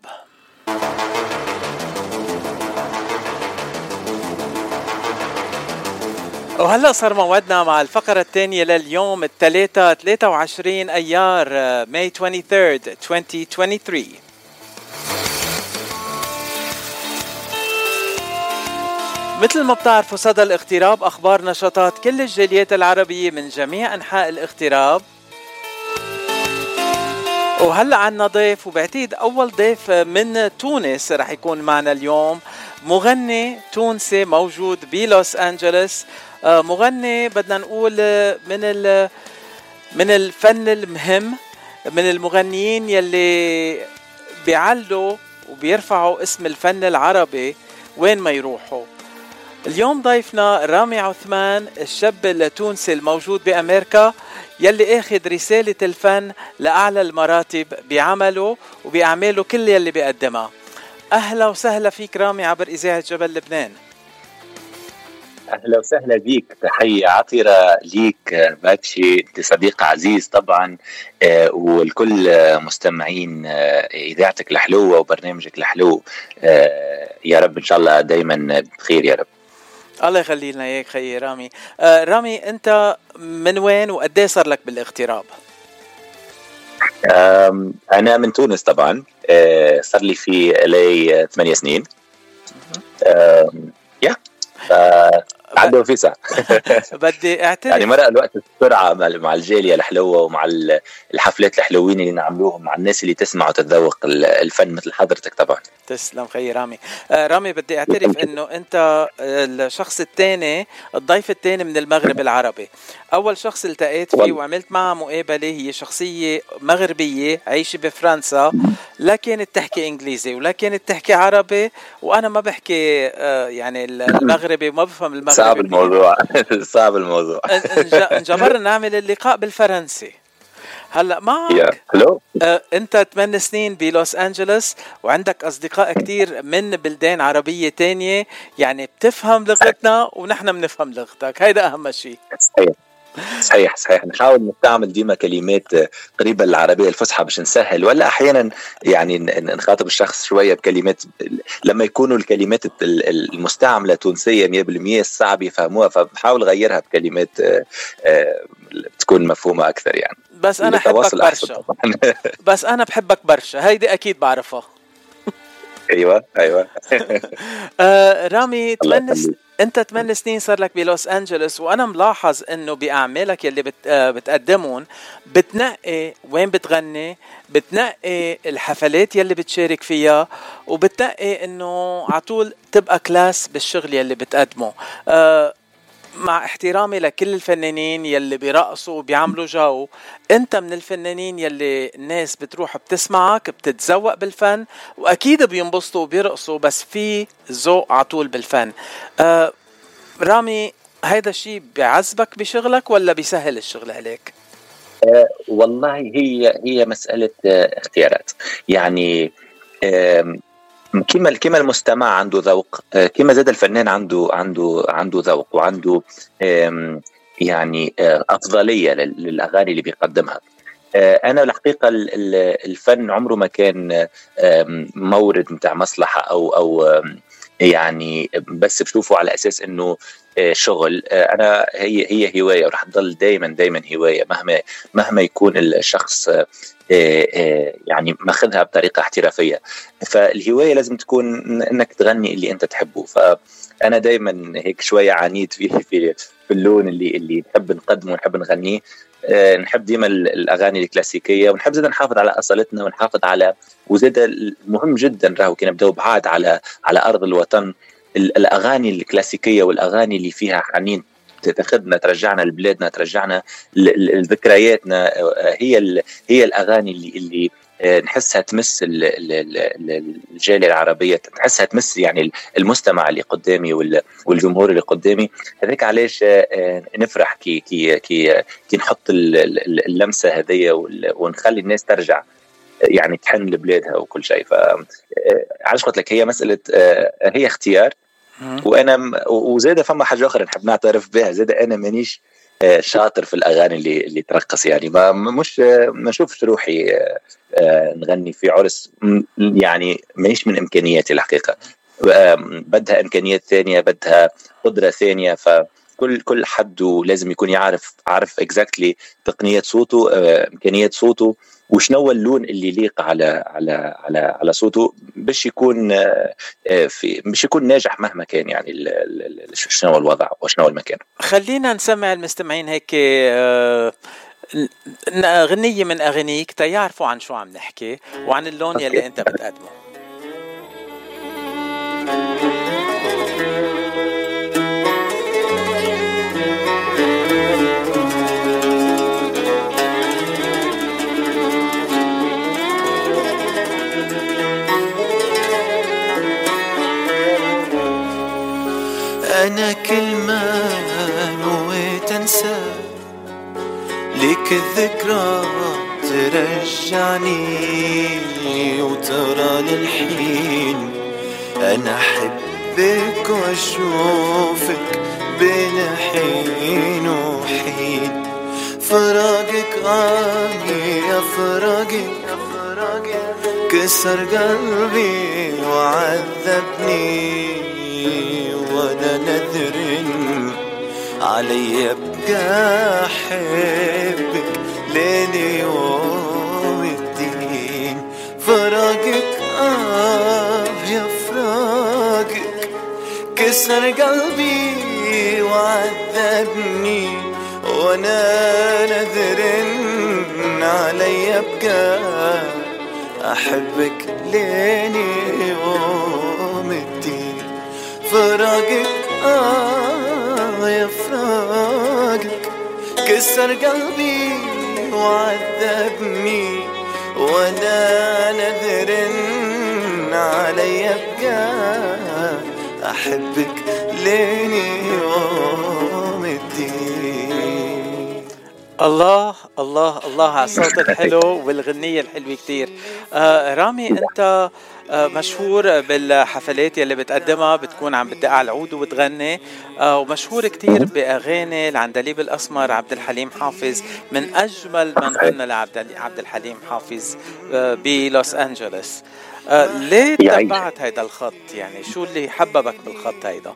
وهلأ صار موعدنا مع الفقرة الثانية لليوم الثلاثاء 23 أيار May 23rd 2023. مثل ما بتعرفوا صدى الاغتراب أخبار نشاطات كل الجاليات العربية من جميع أنحاء الاغتراب. وهلأ عنا ضيف، وبعتقد أول ضيف من تونس رح يكون معنا اليوم، مغني تونسي موجود بلوس أنجلوس. مغني بدنا نقول من الفن المهم، من المغنيين يلي بيعلوا وبيرفعوا اسم الفن العربي وين ما يروحوا. اليوم ضيفنا رامي عثمان، الشاب التونسي الموجود بأمريكا يلي اخذ رسالة الفن لأعلى المراتب بعمله وبأعماله كل يلي بيقدمها. أهلا وسهلا فيك رامي عبر إذاعة جبل لبنان. أهلا وسهلا بيك، تحية عطرة ليك باتشي، صديق عزيز طبعا، والكل مستمعين إذاعتك الحلوة وبرنامجك الحلو. يا رب إن شاء الله دايما بخير يا رب. الله يخلي لنا اياك خيي رامي. رامي انت من وين وقديه صار لك بالاغتراب؟ انا من تونس طبعا، صار لي في لي 8 سنين. يا عدوا في ساعة. بدي اعترف يعني مرق الوقت بسرعة مع الجالية الحلوة ومع الحفلات الحلوين اللي نعملوهم مع الناس اللي تسمع وتتذوق الفن مثل حضرتك طبعا. تسلم خي رامي. رامي بدي اعترف انه انت الشخص الثاني، الضيف الثاني من المغرب العربي. اول شخص التقيت فيه وعملت معه مقابله هي شخصيه مغربيه عايشه بفرنسا، لا كانت تحكي انجليزي ولا كانت تحكي عربي، وانا ما بحكي يعني المغربي وما بفهم المغربي. صعب الموضوع. صعب الموضوع. انجبرنا نعمل اللقاء بالفرنسي. هلا معك انت 8 سنين بلوس أنجلوس وعندك اصدقاء كتير من بلدان عربية تانية، يعني بتفهم لغتنا ونحن بنفهم لغتك، هيدا اهم شيء. صحيح نحاول نستعمل ديما كلمات قريبة للعربية الفصحى باش نسهل، ولا احيانا يعني نخاطب الشخص شوية بكلمات لما يكونوا الكلمات المستعملة تونسية 100% صعب يفهموها، فبحاول غيرها بكلمات تكون مفهومة اكثر يعني. بس انا بحبك برشا. بس انا بحبك برشا، هيدي اكيد بعرفها. ايوه رامي انت 8 سنين صار لك بلوس أنجلوس، وانا ملاحظ انه باعمالك يلي بتقدمون بتنقي وين بتغني، بتنقي الحفلات يلي بتشارك فيها، وبتنقي انه عطول تبقى كلاس بالشغل يلي بتقدمه. مع احترامي لكل الفنانين يلي بيرقصوا وبيعملوا جو، انت من الفنانين يلي الناس بتروح بتسمعك بتتذوق بالفن، واكيد بينبسطوا وبيرقصوا، بس في ذوق عطول بالفن. رامي، هيدا الشيء بيعذبك بشغلك ولا بيسهل الشغل عليك؟ والله هي مسألة اختيارات يعني. كما المستمع عنده ذوق، كما زاد الفنان عنده ذوق وعنده يعني أفضلية للأغاني اللي بيقدمها. أنا الحقيقة الفن عمره ما كان مورد متاع مصلحة أو يعني بس بشوفه على أساس إنه شغل. أنا هي هواية ورح تضل دايما هواية مهما يكون الشخص يعني ماخذها بطريقة احترافية. فالهواية لازم تكون انك تغني اللي انت تحبه. فانا دايما هيك شوية عنيد في اللون اللي نحب نقدمه ونحب نغنيه. نحب ديما الاغاني الكلاسيكية، ونحب زيدا نحافظ على اصالتنا ونحافظ على، وزيدا مهم جدا راهو كي نبداو بعاد على ارض الوطن، الاغاني الكلاسيكية والاغاني اللي فيها حنين تاخذنا ترجعنا لبلادنا، ترجعنا لذكرياتنا. هي الاغاني اللي نحسها تمس الجالية العربية، تحسها تمس يعني المستمع اللي قدامي والجمهور اللي قدامي. هذاك علاش نفرح كي نحط اللمسة هذية ونخلي الناس ترجع يعني تحن لبلادها وكل شيء. علاش قلت لك هي مسألة هي اختيار. وانا وزاده فما حاجه اخرى نحب نعترف بها، زاده انا مانيش شاطر في الاغاني اللي ترقص يعني، ما نشوفش روحي نغني في عرس يعني، مانيش من امكانياتي الحقيقه. بدها امكانيات ثانيه، بدها قدره ثانيه. فكل حد لازم يكون عارف اكزاكتلي تقنيات صوته، امكانيات صوته، وشنو اللون اللي يليق على صوته باش يكون ناجح مهما كان يعني شنو الوضع وشنو المكان. خلينا نسمع المستمعين هيك غنية من أغنيك تيعرفوا عن شو عم نحكي وعن اللون يلي أنت بتقدمه. أنا كل ما نويت أنسى ليك الذكرى ترجعني، وترى للحين أنا أحبك وأشوفك بين حين وحين. فراقك يا فراقك كسر قلبي وعذبني، وانا نذر علي ابقى احبك لين يوم الدين. فراقك يا فراقك كسر قلبي وعذبني، وانا نذر علي ابقى أحبك لين يوم الدين. فراقك يا فراقك كسر قلبي وعذبني، ولا نذر علي بقى أحبك لين يوم الدين. الله الله الله على الصوت الحلو والغنية الحلوة كتير. رامي أنت مشهور بالحفلات يلي بتقدمها، بتكون عم بتدق على العود وبتغني، ومشهور كتير بأغاني العندليب الأسمر عبد الحليم حافظ، من أجمل من غنى لعبد الحليم حافظ بلوس أنجلوس. ليه تبعت هيدا الخط؟ يعني شو اللي حببك بالخط هيدا؟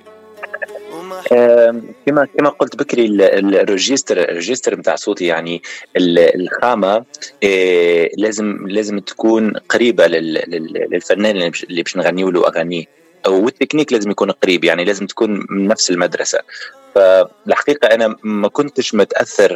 كما قلت بكري، الريجستر متاع صوتي، يعني الخامة لازم تكون قريبة للفنان اللي باش نغنيه له أغانيه، والتكنيك لازم يكون قريب، يعني لازم تكون من نفس المدرسة. فالحقيقة أنا ما كنتش متأثر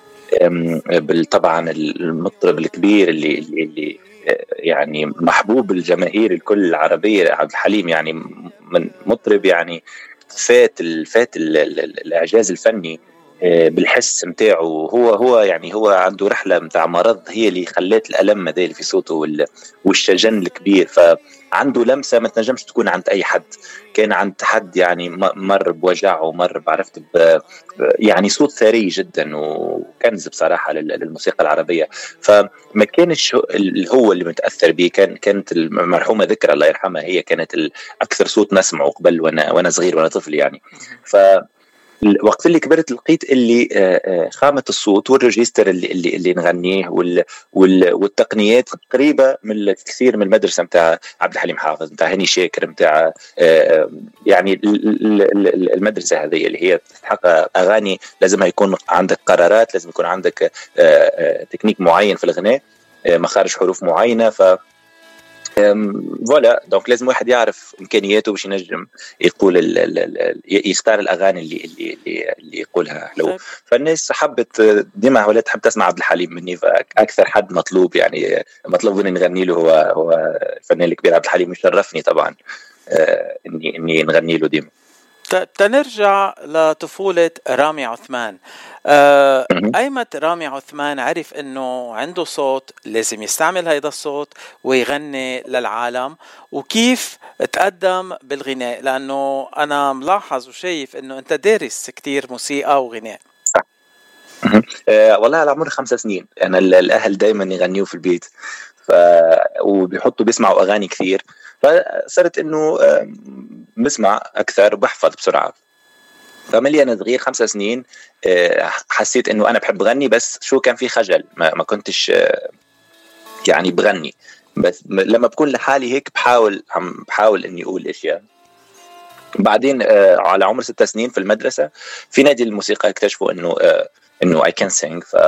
طبعا المطرب الكبير اللي يعني محبوب الجماهير الكل العربية عبد الحليم، يعني من مطرب يعني فات الإعجاز الفني بالحس متاعه. هو يعني هو عنده رحلة متاع مرض هي اللي خلت الألم ذي في صوته والشجن الكبير، فعنده لمسة ما تنجمش تكون عند أي حد. كان عند حد يعني مر بوجع ومر بعرفت يعني صوت ثري جدا وكنز بصراحة للموسيقى العربية. فما كانش هو اللي متأثر به، كانت المرحومة ذكرى الله يرحمها هي كانت أكثر صوت نسمعه قبل وأنا صغير وأنا طفل يعني. وقت اللي كبرت لقيت اللي خامة الصوت والريجستر اللي نغنيه والتقنيات قريبة من الكثير من المدرسة متاع عبد الحليم حافظ، متاع هاني شاكر، متاع يعني المدرسة هذه اللي هي تحقق أغاني لازم يكون عندك قرارات، لازم يكون عندك تكنيك معين في الغناء، مخارج حروف معينة. فوالا دونك لازم واحد يعرف امكانياته باش ينجم يقول يختار الاغاني اللي يقولها حلو. فالناس حبت ديما ولات تحب تسمع عبد الحليم مني، فاكثر حد مطلوب يعني مطلوب اني نغني له هو الفنان الكبير عبد الحليم. يشرفني طبعا اني نغني له ديما. تنرجع لطفولة رامي عثمان. أيمت رامي عثمان عرف أنه عنده صوت لازم يستعمل هيدا الصوت ويغني للعالم، وكيف تقدم بالغناء؟ لأنه أنا ملاحظ وشايف أنه أنت دارس كتير موسيقى وغناء. والله على عمر 5 سنين أنا الأهل دايما يغنيوا في البيت، وبيحطوا بيسمعوا أغاني كثير، فصرت انه بسمع اكثر وبحفظ بسرعه. فملي انا صغير 5 سنين حسيت انه انا بحب غني، بس شو كان في خجل، ما كنتش يعني بغني، بس لما بكون لحالي هيك بحاول اني اقول اشياء. بعدين على عمر 6 سنين في المدرسه في نادي الموسيقى اكتشفوا انه I can sing، ف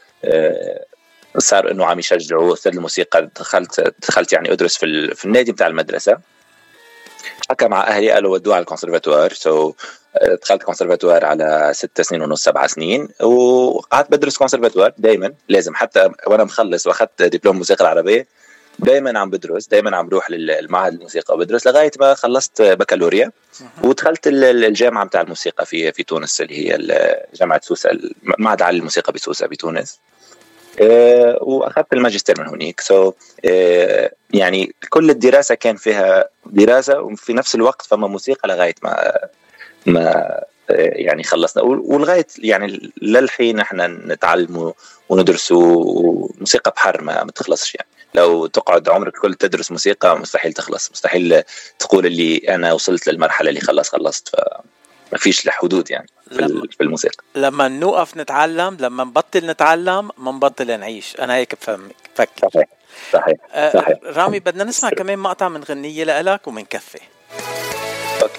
صار انه عم يشجعوا استاذ الموسيقى. دخلت يعني ادرس في النادي بتاع المدرسه. حكى مع اهلي قالوا ودوه على الكونسرفاتوار، دخلت الكونسرفاتوار على 6 سنين ونص 7 سنين، وقعدت بدرس كونسرفاتوار دائما لازم. حتى وانا مخلص واخذت دبلوم موسيقى العربيه دائما عم بدرس، دائما عم بروح للمعهد الموسيقى وبدرس لغايه ما خلصت بكالوريا. ودخلت الجامعه بتاع الموسيقى في تونس اللي هي جامعه سوسه، المعهد العالي للموسيقى بسوسه بتونس. واخذت الماجستير من هناك. يعني كل الدراسه كان فيها دراسه وفي نفس الوقت فما موسيقى لغايه ما يعني خلصنا. ولغايه يعني للحين احنا نتعلم وندرس، وموسيقى بحر ما تخلصش. يعني لو تقعد عمرك كل تدرس موسيقى مستحيل تخلص، مستحيل تقول اللي انا وصلت للمرحله اللي خلصت. ما فيش حدود يعني في الموسيقى. لما نوقف نتعلم، لما نبطل نتعلم ما نبطل نعيش. أنا هيك بفكر. صحيح. رامي بدنا نسمع كمان مقطع من غنية لإلك ومن كفي. أوكي.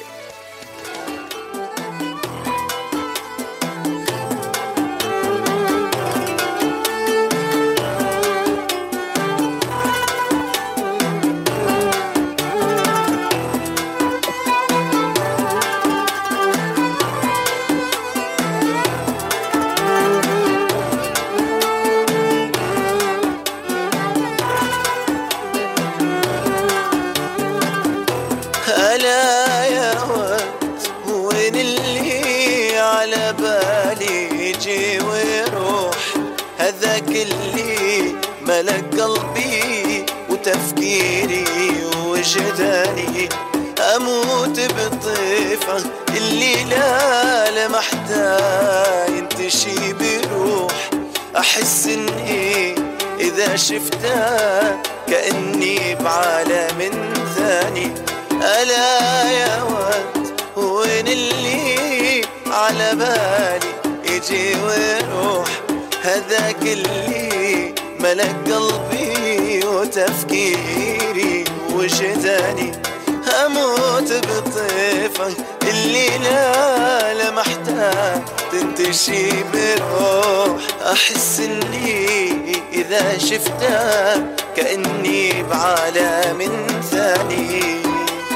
هذاك اللي ملك قلبي وتفكيري وجداني أموت بطيفة اللي لا لمحتها ينتشي بروح أحس إني إذا شفتها كأني بعالم ثاني ألا يا ود وين اللي على بالي يجي ويروح هذاك اللي ملك قلبي وتفكيري وجداني أموت بطيفة اللي لا لمحتها تنتشي بروح أحس إني إذا شفتها كأني بعالم ثاني.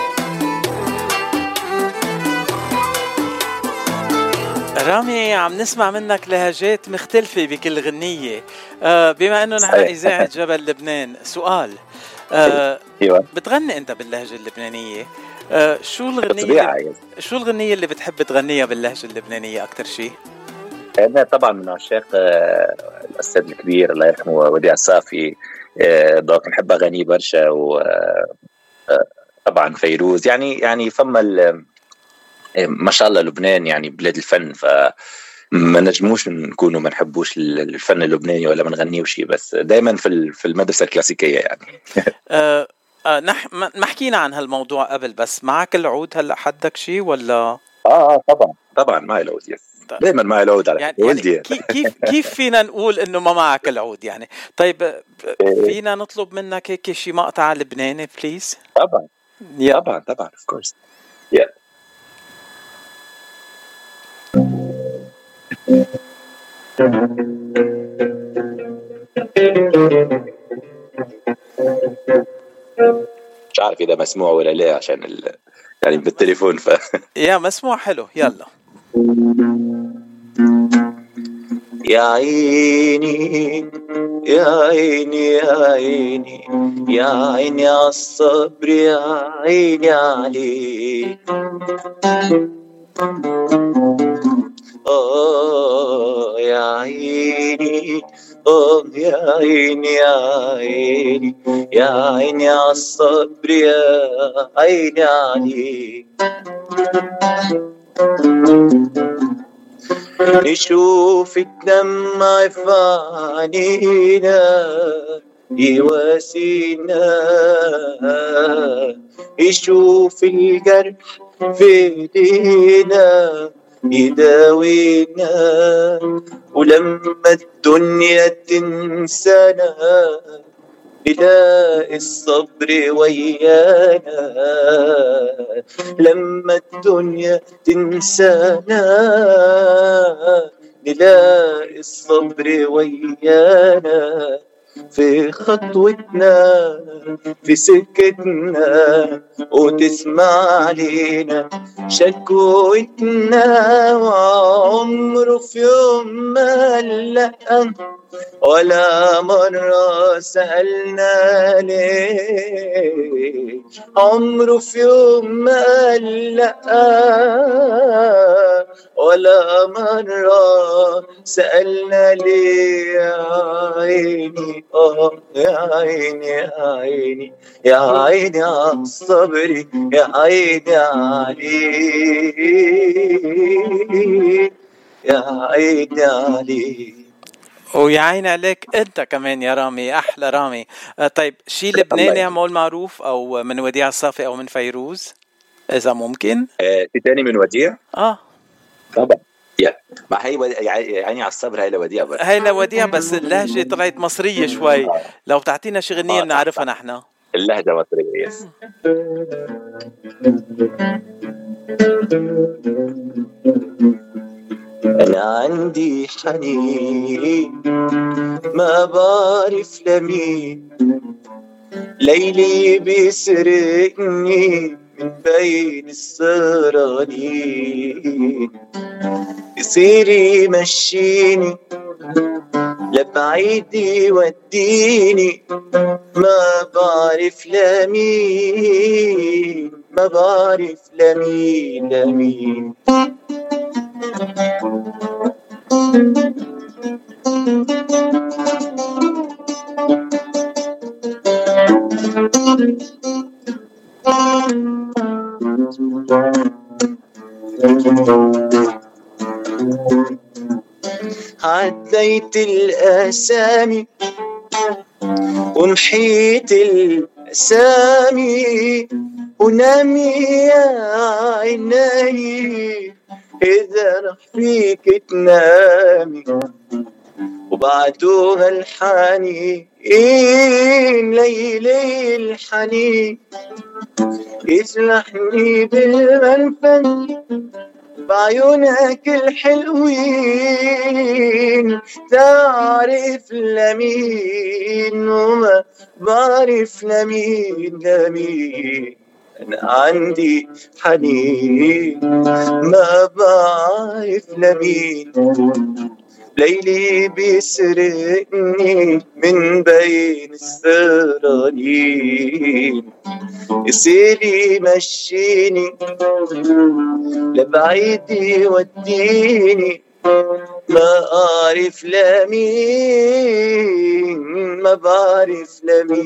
رامي عم نسمع منك لهجات مختلفة بكل غنية. بما أنه نحن إذاعة جبل لبنان، سؤال بتغني أنت باللهجة اللبنانية؟ شو الغنية اللي بتحب تغنيها باللهجة اللبنانية أكتر شيء؟ أنا طبعا من عشاق الأستاذ الكبير الله يرحمه وديع الصافي، ضاق نحب أغانيه برشا، وطبعا فيروز يعني فما ما شاء الله لبنان يعني بلاد الفن، فما نجموش نكونوا ما نحبوش الفن اللبناني ولا ما نغنيه شيء، بس دائما في المدرسة الكلاسيكية يعني. ما حكينا عن هالموضوع قبل، بس معك العود هلا حدك شيء ولا؟ طبعا معي العود، دائما معي العود على يعني كيف فينا نقول انه ما معك العود يعني؟ طيب فينا نطلب منك هيك شي مقطع لبناني بليز؟ طبعا of course. مش عارف إذا مسموع ولا لا عشان يعني بالتليفون يا مسموع حلو، يلا. يا عيني يا عيني يا عيني يا عيني عالصبر يا عيني عليك، يا عيني يا عيني يا عيني يا عيني عالصبر يا عيني عليك، نشوفك دمع في عينينا يواسينا، يشوف الجرح في ايدينا يداوينا، ولما الدنيا تنسانا نلاقي الصبر ويانا، لما الدنيا تنسانا نلاقي الصبر ويانا، في خطوتنا في سكتنا وتسمع علينا شكوتنا، وعمره في يوم ما لأ ولا مرة سألنا ليه، عمره في يوم ما لأ ولا مرة سألنا ليه، يا عيني يا عيني يا عيني يا عيني عالصبر يا عيني عليك، يا عيني عليك، ويا عيني عليك انت كمان يا رامي، احلى رامي. طيب شي لبناني عمول معروف او من وديع الصافي او من فيروز اذا ممكن؟ في تاني من وديع؟ طبعا ما هي يعني على الصبر هي لوديع، هي لوديع بس اللهجة طلعت مصرية شوي، لو تعطينا شي غنية بنعرفها نحن. اللهجة مصرية يس. أنا عندي حنين ما بعرف لمين، ليلي بيسرقني من بين السهرانين، يصير يمشيني لبعيد يوديني، ما بعرف لمين ما بعرف لمين عديت الأسامي ومحيت الأسامي ونامي يا عيني إذا رح فيك تنامي وبعدوها الحنين ليلي الحنين يسلحني بالمنفذ بعيونك الحلوين تعرف لمين وما بعرف لمين أنا عندي حنين ما بعرف لمين ليلي بيسرقني من بين السهرانين يصير مشيني لبعيد يوديني ما أعرف لمين ما بعرف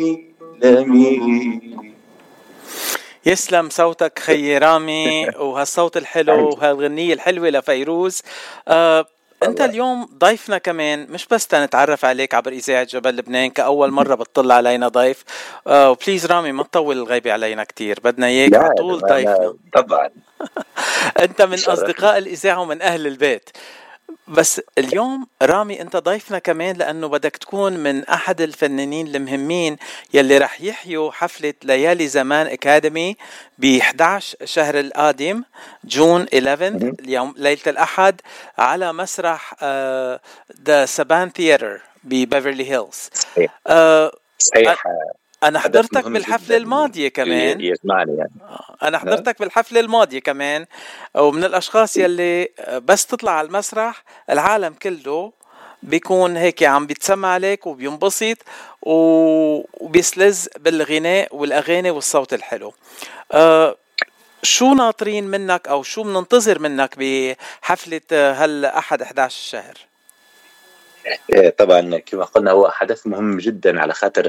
لمين. يسلم صوتك خي رامي وهالصوت الحلو وهالغنية الحلوة لفيروز. انت اليوم ضيفنا كمان، مش بس تنتعرف عليك عبر إذاعة جبل لبنان كأول مرة بتطلع علينا ضيف. بليز رامي ما تطول الغيبة علينا كتير، بدنا اياك على طول ضيفنا. طبعا انت من اصدقاء الإذاعة ومن اهل البيت، بس اليوم رامي انت ضيفنا كمان لانه بدك تكون من احد الفنانين المهمين يلي رح يحيوا حفلة ليالي زمان اكاديمي ب11 شهر القادم جون 11 اليوم ليلة الاحد على مسرح ذا سابان ثياتر ببيفرلي هيلز. صحيح. أنا حضرتك بالحفلة الماضية كمان. يسمعني يعني. أنا حضرتك بالحفلة الماضية كمان، ومن الأشخاص يلي بس تطلع على المسرح العالم كله بيكون هيك عم بيتسمع عليك وبينبسط وبيسلز بالغناء والأغاني والصوت الحلو. شو ناطرين منك أو شو مننتظر منك بحفلة هالأحد 11 شهر؟ طبعا كما قلنا هو حدث مهم جدا، على خاطر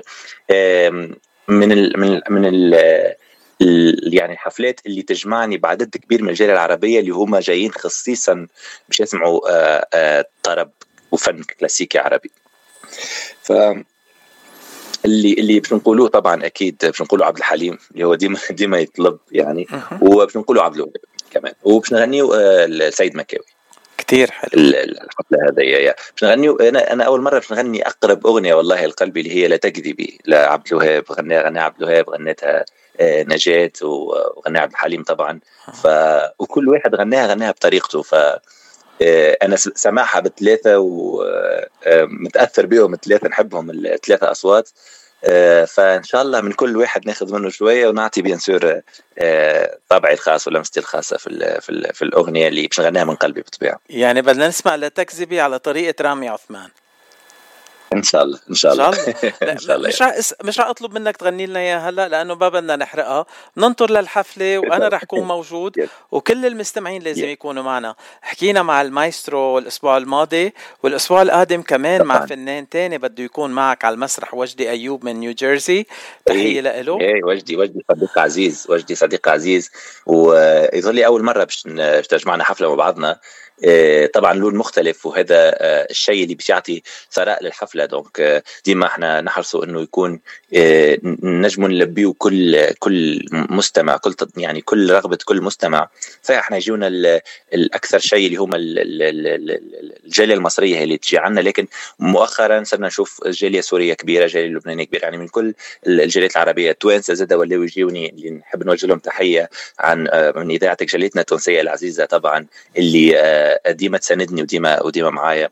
من ال يعني الحفلات اللي تجمعني بعدد كبير من الجالية العربية اللي هم جايين خصيصا مش يسمعوا طرب وفن كلاسيكي عربي. ف اللي باش نقولوه طبعا اكيد باش نقولوا عبد الحليم اللي هو ديما يطلب يعني، وباش نقولوا عبد الوهاب كمان، وباش نغنيوا السيد مكاوي. كتير حلو الحفلة هذه. باش نغنيوا أنا أول مرة باش نغني أقرب أغنية والله القلبي اللي هي لا تكذبي لعبد الوهاب. غنى عبد الوهاب، غنيتها نجاة، وغنى عبد الحليم طبعا. وكل واحد غناها بطريقته. أنا سماعها بثلاثة ومتأثر بيهم الثلاثة، نحبهم الثلاثة أصوات. فإن شاء الله من كل واحد ناخذ منه شوية ونعطي بيان سور طابعي الخاص ولمستي الخاصة في الأغنية اللي باش نغنيها من قلبي بالطبيعة. يعني بدنا نسمع لا تكذبي على طريقة رامي عثمان ان شاء الله. ان شاء الله. مش رح اطلب منك تغني لنا اياها هلا لانه ما بدنا نحرقها، ننطر للحفله وانا رح اكون موجود وكل المستمعين لازم يكونوا معنا. حكينا مع المايسترو الاسبوع الماضي، والاسبوع القادم كمان مع فنان تاني بده يكون معك على المسرح، وجدي ايوب من نيو جيرسي. تحيه له. وجدي صديق عزيز ويظل لي اول مره باش تجمعنا حفله مع بعضنا. طبعا لون مختلف، وهذا الشيء اللي بيعطي ثراء للحفله. دونك ديما احنا نحرصوا انه يكون نجم نلبيه كل مستمع، يعني كل رغبه كل مستمع. فاحنا يجونا الاكثر شيء اللي هم الجاليه المصريه هي اللي تجي عنا، لكن مؤخرا صرنا نشوف جاليه سوريه كبيره، جاليه لبنانيه كبيره، يعني من كل الجاليات العربيه. التوانسه زاد ولاو يجوني، اللي نحب نوجه لهم تحيه من اذاعتك جاليتنا التونسيه العزيزه طبعا، اللي ديما تساندني وديما معايا.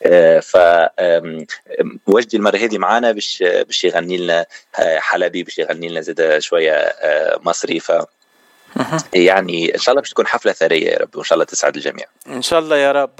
وجدي المرة هذه معانا باش يغني لنا حلبي، باش يغني لنا زاد شوية مصري. يعني إن شاء الله باش تكون حفلة ثرية يا رب، وإن شاء الله تسعد الجميع إن شاء الله يا رب.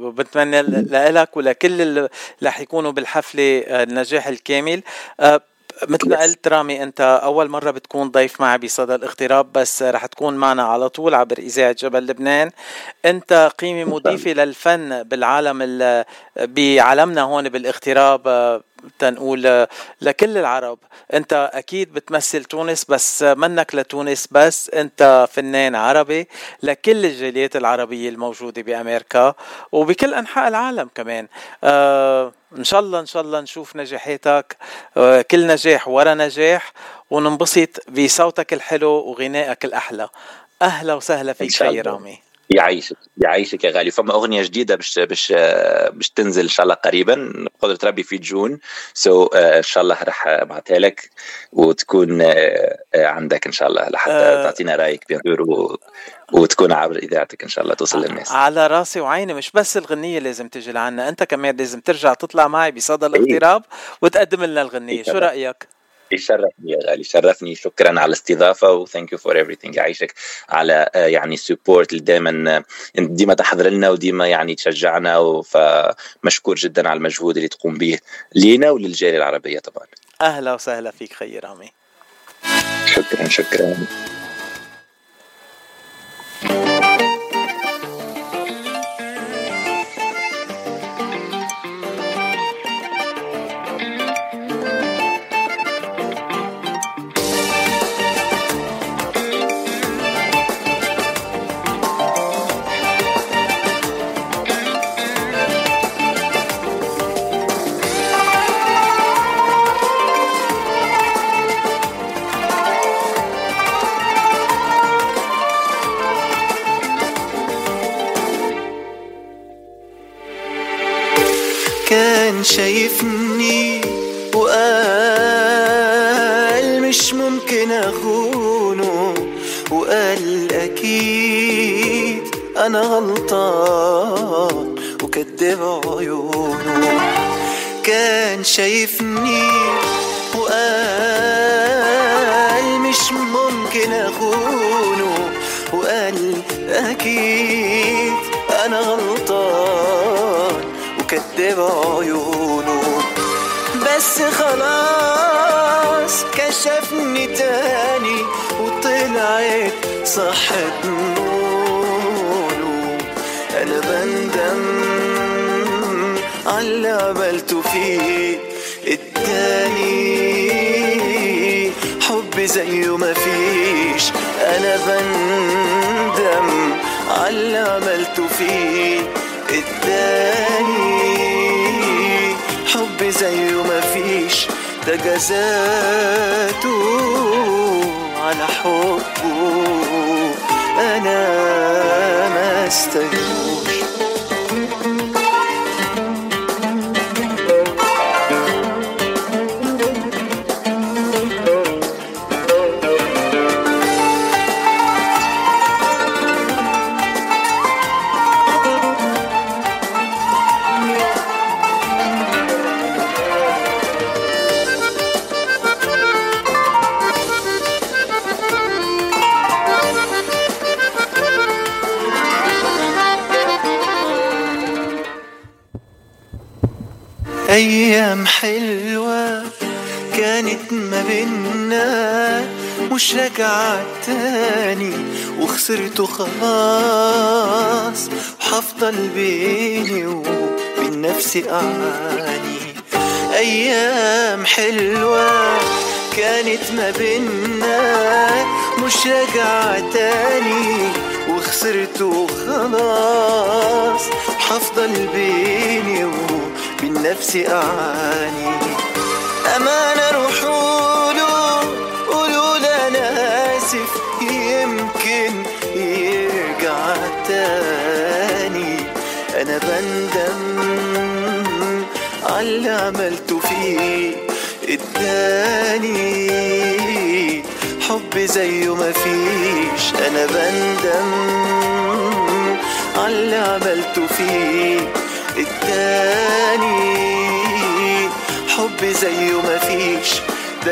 وبتمنى لك ولكل اللي رح يكونوا بالحفلة النجاح الكامل. مثل ما قلت رامي، أنت أول مرة بتكون ضيف معي بصدى الاغتراب، بس رح تكون معنا على طول عبر إذاعة جبل لبنان. أنت قيمة مضيفة للفن بالعالم، بعالمنا هون بالاغتراب، تنقول لكل العرب. أنت أكيد بتمثل تونس، بس منك لتونس بس، أنت فنان عربي لكل الجاليات العربية الموجودة بأمريكا وبكل أنحاء العالم كمان. إن شاء الله نشوف نجاحاتك، كل نجاح ورا نجاح، وننبسط بصوتك الحلو وغنائك الأحلى. أهلا وسهلا فيك خي رامي. يعيشك يا غالي. فما أغنية جديدة بش تنزل إن شاء الله قريبا بقدرة ربي في جون، إن شاء الله رح أبعتها لك وتكون عندك إن شاء الله لحتى تعطينا رأيك بيان وتكون عبر إذاعتك إن شاء الله توصل للناس. على راسي وعيني. مش بس الغنية لازم تجي لعنا، أنت كمان لازم ترجع تطلع معي بصدى الاغتراب وتقدم لنا الغنية. شو رأيك؟ يشرفني يا غالي، شرفني. شكرا على الاستضافة و thank you for everything. يعيشك على يعني support اللي ديما تحضر لنا وديما يعني تشجعنا، فمشكور جدا على المجهود اللي تقوم به لينا وللجالية العربية طبعا. أهلا وسهلا فيك خي رامي. شكرا. كان شايفني وقال مش ممكن أخونه، وقال أكيد أنا غلطان وكدب عيونه. كان شايفني وقال مش ممكن أخونه، وقال أكيد أنا غلطان وكدب عيونه. بس خلاص كشفني تاني وطلعت صحت نونه. أنا بندم عاللي عملته فيه، اداني حب زيه ما فيش. أنا بندم عاللي عملته فيه، اداني حب زيه ما فيش. ده جزاته على حبه أنا ما استجوش. أيام حلوة كانت ما بينا، مش راجعة تاني وخسرته خلاص، وحفضل بيني وبين نفسي أعاني. أيام حلوة كانت ما بينا، مش راجعة تاني وخسرته خلاص، حفضل بيني وبين نفسي أعاني. أمانة روحوله قولوا له أنا آسف، يمكن يرجع تاني. أنا بندم عاللي عملته فيه، اداني حب زيه ما فيش. أنا بندم عاللي عملته فيه، اداني حب زيه ما فيش. ده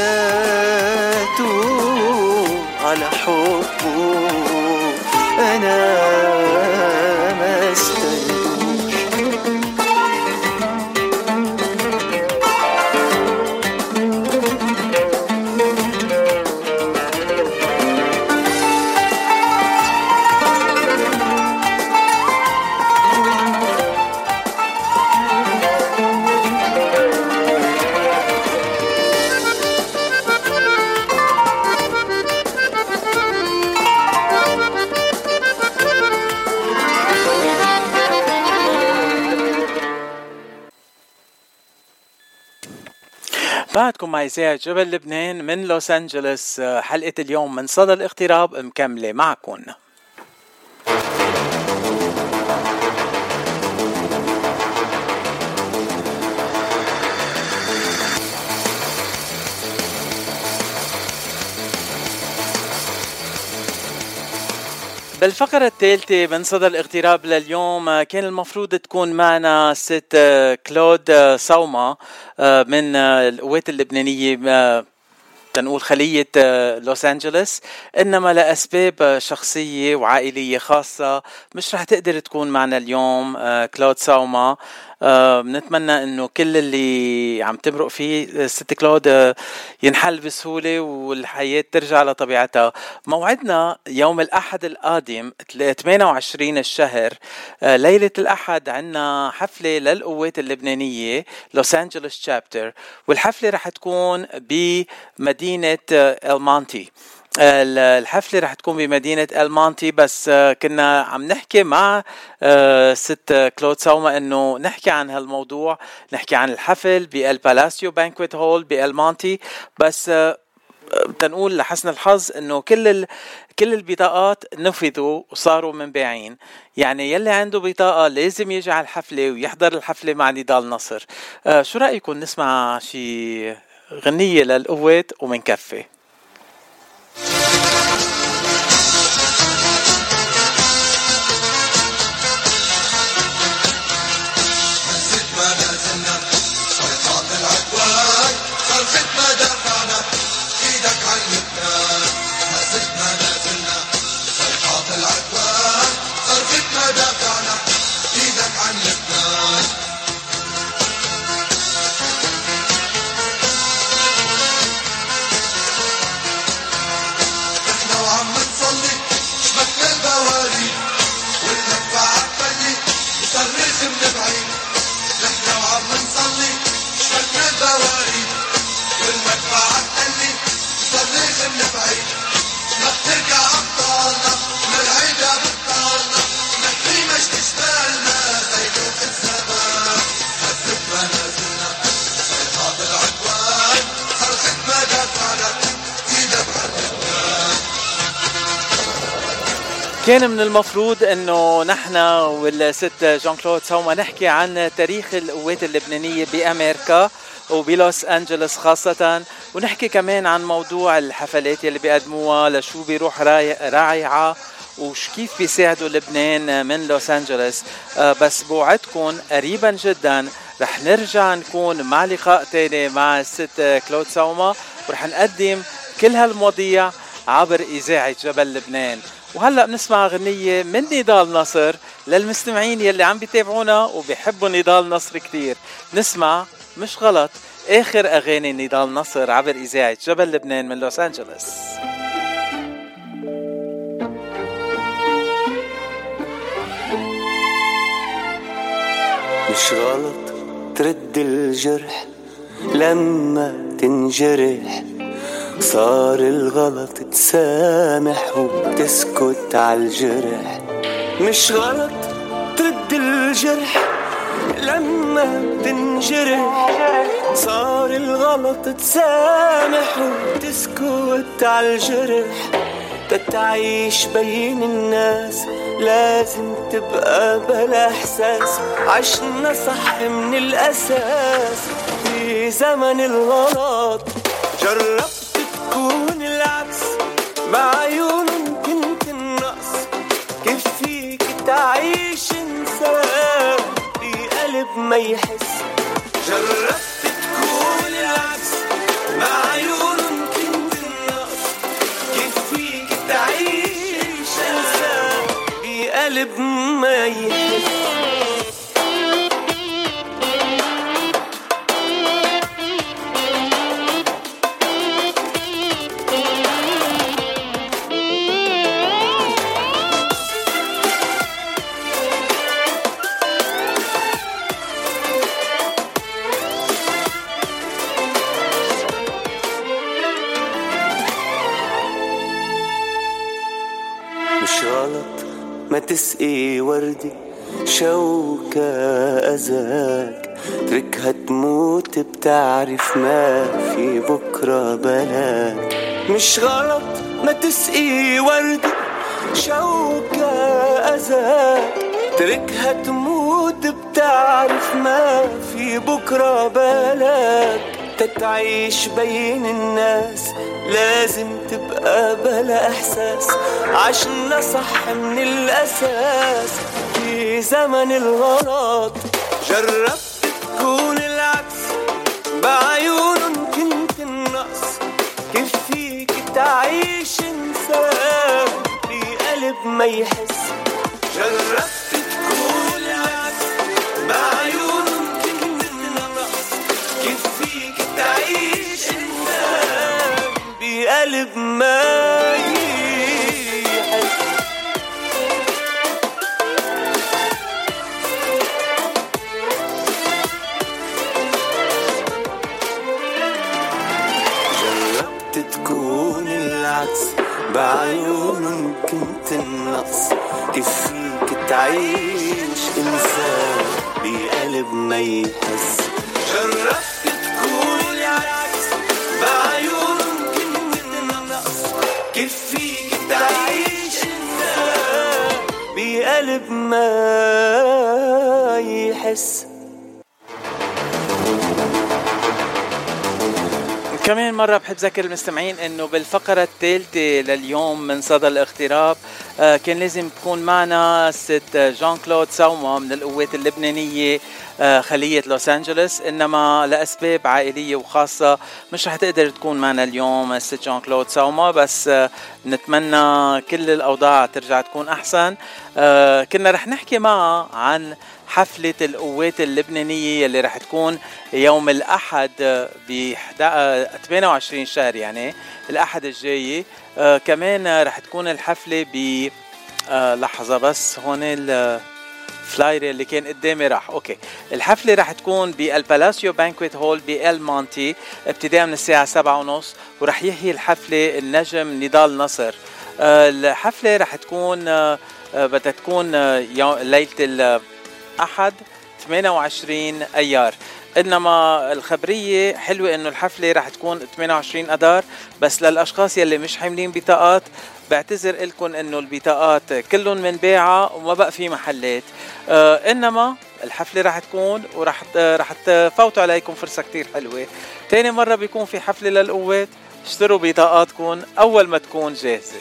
جزاته على حبه أنا ما استنوش. بعدكم مع إذاعة جبل لبنان من لوس أنجلوس. حلقة اليوم من صدى الاغتراب مكملة معكم. بالفقرة الثالثة من صدى الاغتراب لليوم كان المفروض تكون معنا ست كلود سوما من القوات اللبنانية، تنقول خلية لوس أنجلوس، إنما لأسباب شخصية وعائلية خاصة مش رح تقدر تكون معنا اليوم كلود سوما. بنتمنى إنه كل اللي عم تمرق فيه ست كلود ينحل بسهولة والحياة ترجع لطبيعتها. موعدنا يوم الأحد القادم 28 الشهر، ليلة الأحد عنا حفلة للقوات اللبنانية لوس أنجلوس شابتر، والحفلة رح تكون بمدينة المونتي. الحفلة رح تكون بمدينة المونتي، بس كنا عم نحكي مع ست كلود سوما انه نحكي عن هالموضوع، نحكي عن الحفل بالبالاسيو بانكويت هول بالمونتي، بس تنقول لحسن الحظ انه كل البطاقات نفذوا وصاروا منباعين. يعني يلي عنده بطاقة لازم يجي على الحفلة ويحضر الحفلة مع نضال نصر. شو رأيكم نسمع شي غنية للقوات ومنكفي؟ كان من المفروض انه نحن والست جون كلود سوما نحكي عن تاريخ القوات اللبنانية بأمريكا وبلوس أنجلوس خاصة، ونحكي كمان عن موضوع الحفلات اللي بيقدموها لشو بيروح رايعة وكيف بيساعدوا لبنان من لوس أنجلوس. بس بوعدكم قريبا جدا رح نرجع نكون مع لقاء تاني مع الست كلود سوما، ورح نقدم كل هالمواضيع عبر إذاعة جبل لبنان. وهلأ بنسمع غنية من نضال نصر للمستمعين يلي عم بيتابعونا وبيحبوا نضال نصر كتير. نسمع مش غلط آخر أغاني نضال نصر عبر إذاعة جبل لبنان من لوس أنجلوس. مش غلط ترد الجرح لما تنجرح، صار الغلط تسامح وتسكت عالجرح. مش غلط ترد الجرح لما تنجرح، صار الغلط تسامح وتسكت عالجرح. تتعيش بين الناس لازم تبقى بلا احساس، عشنا صح من الاساس في زمن الغلط. جربت تكون العكس مع عيون كنت النقص، كيف فيك تعيش انسان بقلب ما يحس. جربت تكون العكس مع عيون كنت النقص، كيف فيك تعيش انسان بقلب ما يحس. ما تسقي وردي شوكة أذاك، تركها تموت بتعرف ما في بكرة بلاك. مش غلط ما تسقي وردة شوكة أذاك، تركها تموت بتعرف ما في بكرة بلاك. تتعيش بين الناس لازم تبقى بلا إحساس، عشنا صح من الأساس في زمن الغلط. جربت تكون العكس بعيون كنت النقص، كيف فيك تعيش إنسان بقلب ما يحس. جربت تكون العكس بعيون كنت النقص، كيف فيك تعيش إنسان بقلب ما يحس. تكون العكس بعيون كنت النقص، كيف فيك تعيش إنسان بقلب ما يحس. جربت تكون العكس بعيون كنت النقص، كيف فيك تعيش إنسان بقلب ما يحس. كمان مرة بحب ذكر المستمعين انه بالفقرة الثالثة لليوم من صدى الاغتراب كان لازم تكون معنا ست جان كلود ساوما من القوات اللبنانية خلية لوس أنجلوس، إنما لأسباب عائلية وخاصة مش رح تقدر تكون معنا اليوم ست جان كلود ساوما، بس نتمنى كل الأوضاع ترجع تكون أحسن. كنا رح نحكي معها عن حفلة القوات اللبنانية اللي رح تكون يوم الأحد ب 28 شهر، يعني الأحد الجاي. كمان رح تكون الحفلة ب لحظة بس هون الفلاير اللي كان قدامي راح. أوكي، الحفلة رح تكون بالبالاسيو بانكويت هول بإل مونتي ابتداء من الساعة 7:30، ورح يحيي الحفلة النجم نضال نصر. الحفلة رح تكون بدها تكون ليلة الأحد 28 أيار، إنما الخبرية حلوة إنه الحفلة رح تكون 28 أدار، بس للأشخاص يلي مش حاملين بطاقات بعتذر لكم إنه البطاقات كلهم من بيعة وما بقى في محلات. إنما الحفلة رح تكون ورح تفوتوا عليكم فرصة كتير حلوة. تاني مرة بيكون في حفلة للقوات، اشتروا بطاقاتكم أول ما تكون جاهزة.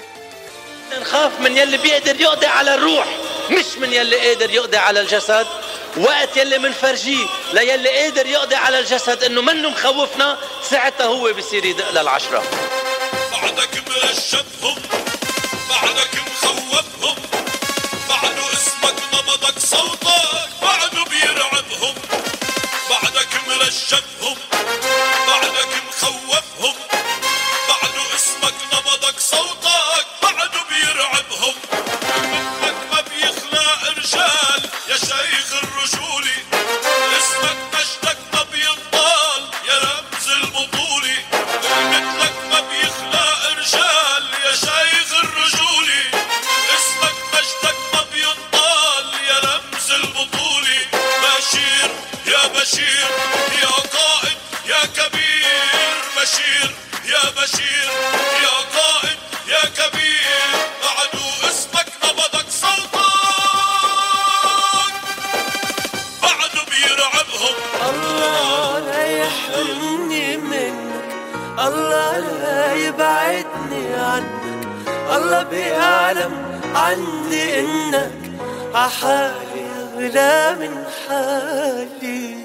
نخاف من يلي بيقدر يقضي على الروح، مش من يلي قادر يقضي على الجسد. وقت يلي منفرجيه ليلي قادر يقضي على الجسد انه منه مخوفنا، ساعتها هو بيصير يدق للعشرة. بعدك مرشدهم، بعدك مخوفهم، بعده اسمك نبضك صوتك بعده بيرعبهم. بعدك مرشدهم، بعدك مخوفهم، بعده اسمك نبضك صوتك بعده بيرعبهم. مثلك ما بيخلق رجال يا شيخ الرجولي، اسمك مجدك ما بينطال يا رمز البطولي. مثلك ما بيخلق رجال يا شيخ الرجولي، اسمك مجدك ما بينطال يا رمز البطولي. بشير يا بشير يا قائد يا كبير، بشير يا بشير يا قائد يا كبير. بعدو اسمك نبضك صوتك بعدو بيرعبهم. الله لا يحرمني منك، الله لا يبعدني عنك، الله بيعلم عني انك عحالي أغلى من حالي.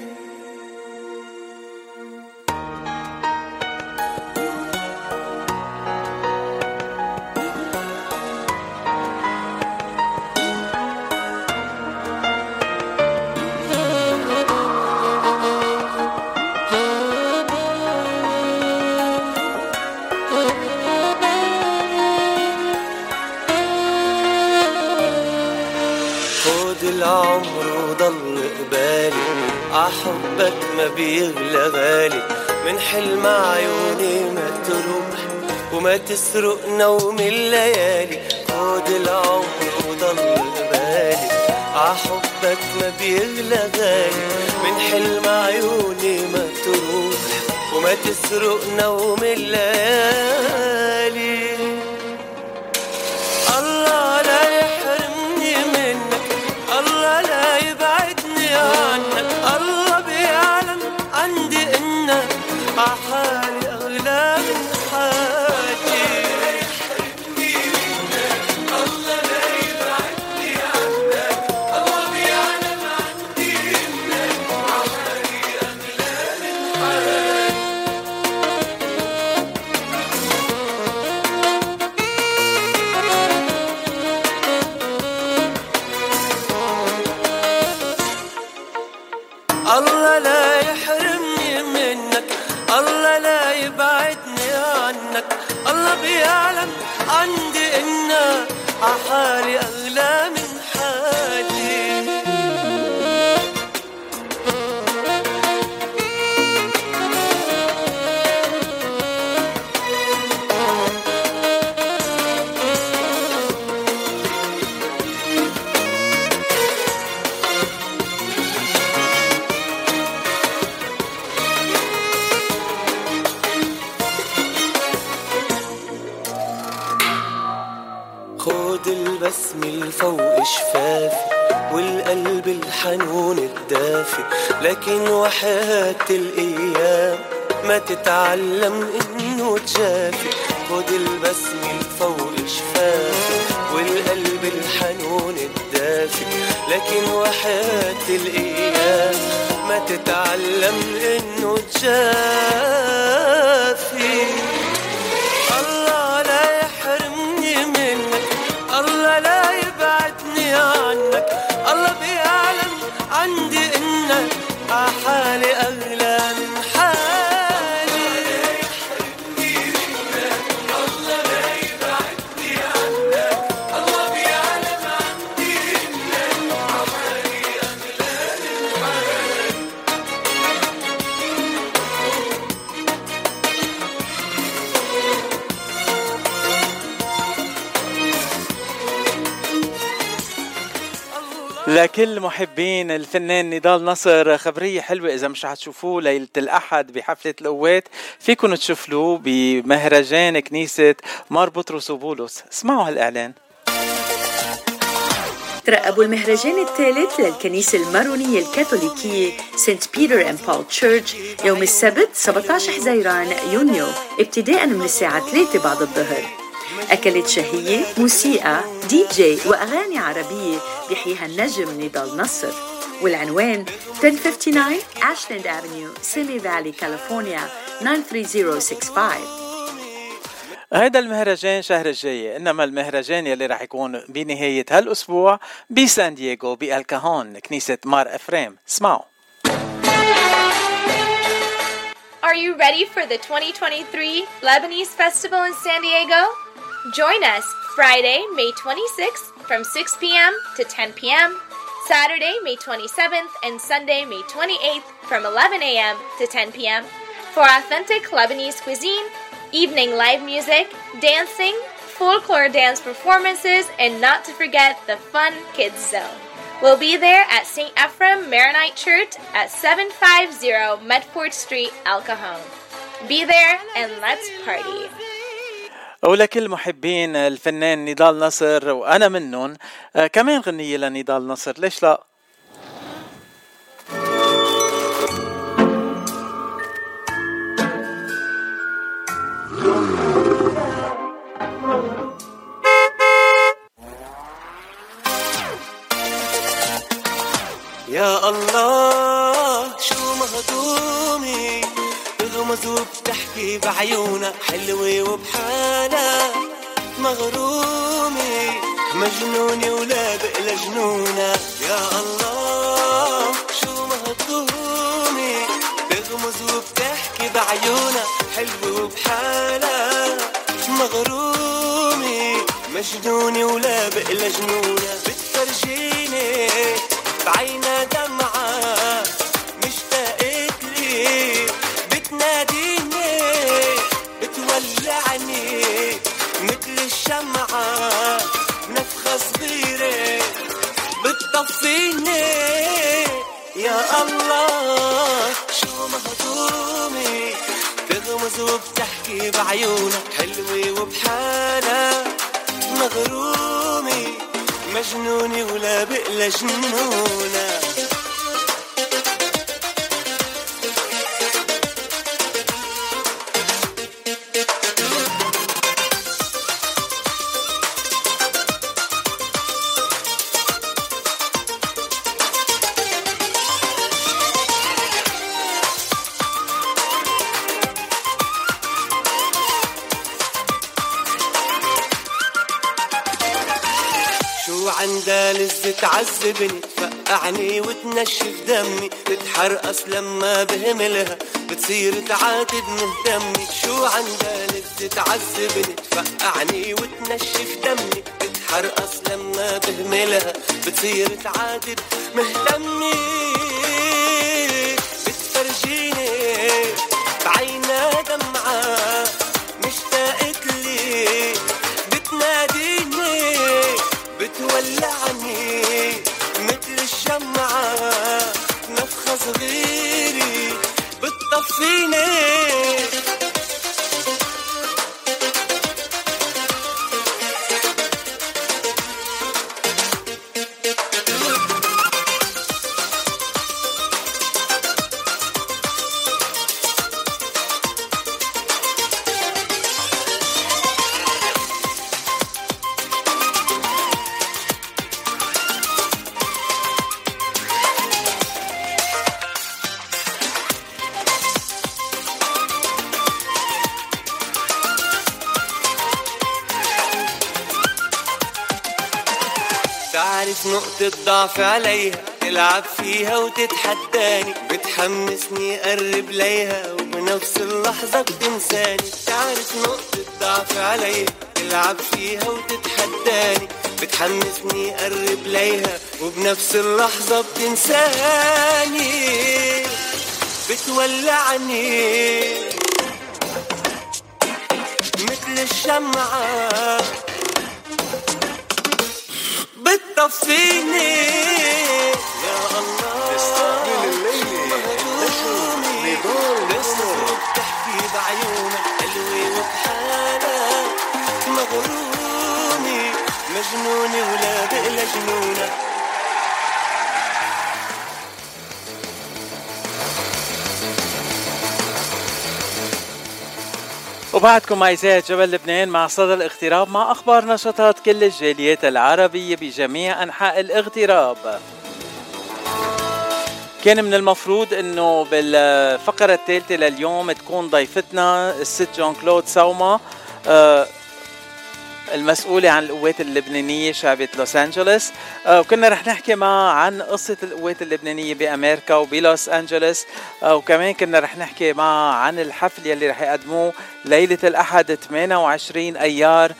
العمر وضل قبالي عحبك ما بيغلى غالي، من حلم عيوني ما تروح وما تسرق نوم الليالي. خد العمر وضل قبالي عحبك ما بيغلى غالي من حلم عيوني ما تروح وما تسرق نوم الليالي. الله لا يحرمني منك، الله لا يبعدني عنك، الله بيعلم عندي انك عحالي اغلى من حياتي. الله لا يحرمني منك، الله لا يبعدني عنك، الله بيعلم عندي انك عحالي اغلى من حالي. خد البسم الفوق شفافي والقلب الحنون الدافي، لكن وحياة الأيام ما تتعلم إنه تجافي. خد البسم الفوق شفافي والقلب الحنون الدافي، لكن وحياة الأيام ما تتعلم إنه تجافي. الله لا يحرمني منك، الله لا يبعدني عنك، الله بيعلم عندي انك عحالي اغلى من حالي. الله لا يبعدني عنك، الله بيعلم عندي انك عحالي اغلى من حالي. لكل محبين الفنان نضال نصر خبرية حلوة، إذا مش هتشوفوه ليلة الأحد بحفلة القوات فيكن تشوفوه بمهرجان كنيسة مار بطرس وبولس. اسمعوا هالإعلان. ترقبوا المهرجان الثالث للكنيسة المارونية الكاثوليكية سنت بيتر اند بول تشيرش يوم السبت 17 حزيران يونيو ابتداء من الساعة 3 بعد الظهر. أكلت شهية، موسيقى، دي جي وأغاني عربية بيحييها النجم نضال نصر. والعنوان 1059 أشلاند أفنيو، سيمي فالي، كاليفورنيا 93065. هيدا المهرجان شهر الجاي، إنما المهرجان يلي رح يكون بنهاية هالأسبوع بسان دييغو بالكاهون كنيسة مار أفريم. اسمعوا. Are you ready for the 2023 Lebanese Festival in San Diego? Join us Friday, May 26th from 6 p.m. to 10 p.m., Saturday, May 27th, and Sunday, May 28th from 11 a.m. to 10 p.m. for authentic Lebanese cuisine, evening live music, dancing, folklore dance performances, and not to forget the fun kids zone. We'll be there at St. Ephraim Maronite Church at 750 Medford Street, El Cajon. Be there and let's party. ولكل محبين الفنان نضال نصر وأنا منهم كمان غنية لنضال نصر، ليش لا؟ يا الله شو مهضومي تغمز وبتحكي بعيونها حلوة وبحالها مغرومي مجنوني ولابق لجنونها. يا الله شو مهضومي تغمز وبتحكي بعيونها حلوة وبحالها مغرومي مجنوني ولابق لجنونها. بتفرجيني بعينا دمعة مشتاقت لي بتناديني بتولعني مثل الشمعة نفخة صغيرة بتطفيني يا الله شو مهضومي تغمز وبتحكي بعيونك حلوة وبحالك مغرومي مجنوني ولا بقلى جنونك عندها لذة تعذبني تفقعني وتنشف دمي تتحرقص لما بهملها بتصير تعاتب من دمي شو عندها لذة تعذبني تفقعني وتنشف دمي تتحرقص لما بهملها بتصير تعاتب مهتمي بتفرجيني بعينا دمعة مشتاقت لي بتناديني بتولعني مثل الشمعة نفخة صغيري بتطفيني تعرف نقطة ضعف عليها تلعب فيها وتتحداني بتحمسني أقرب ليها وبنفس اللحظة بتنساني تعرف نقطة ضعف عليها تلعب فيها وتتحداني بتحمسني أقرب ليها وبنفس اللحظة بتنساني بتولعني مثل الشمعة بتطفيني يا الله مهضومي بتحكي بعيونك حلوة وبحالك مغرومي مجنوني ولا بقلى جنونك وبعدكم أعزائي جبل لبنان مع صدى الاغتراب مع أخبار نشاطات كل الجاليات العربية بجميع أنحاء الاغتراب. كان من المفروض أنه بالفقرة الثالثة لليوم تكون ضيفتنا الست جون كلود سوما المسؤولة عن القوات اللبنانية شعبية لوس أنجلوس، وكنا رح نحكي معها عن قصة القوات اللبنانية بأمريكا وبلوس أنجلوس، وكمان كنا رح نحكي معها عن الحفل يلي رح يقدموه ليلة الأحد 28 أيار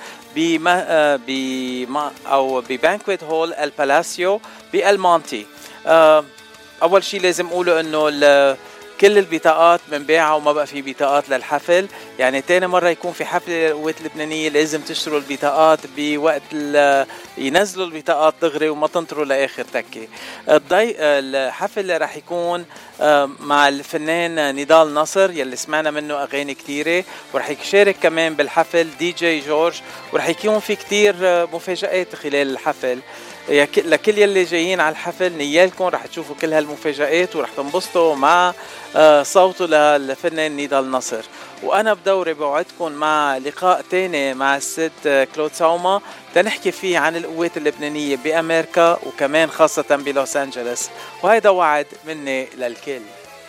ببانكويت هول البالاسيو بالمونتي. أول شيء لازم أقوله أنه كل البطاقات منباعة وما بقى في بطاقات للحفل، يعني تاني مرة يكون في حفل للقوات اللبنانية لازم تشتروا البطاقات بوقت ينزلوا البطاقات دغري وما تنطروا لآخر تكي. الحفل رح يكون مع الفنان نضال نصر يلي سمعنا منه أغاني كتيرة، ورح يشارك كمان بالحفل دي جي جورج، ورح يكون في كتير مفاجآت خلال الحفل. لكل يلي جايين على الحفل نيالكم رح تشوفوا كل هالمفاجآت ورح تنبسطوا مع صوته للفنان نضال نصر. وأنا بدوري بوعدكم مع لقاء تاني مع الست كلود سوما تنحكي فيه عن القوات اللبنانية بأمريكا وكمان خاصة بلوس أنجلوس، وهيدا وعد مني للكل.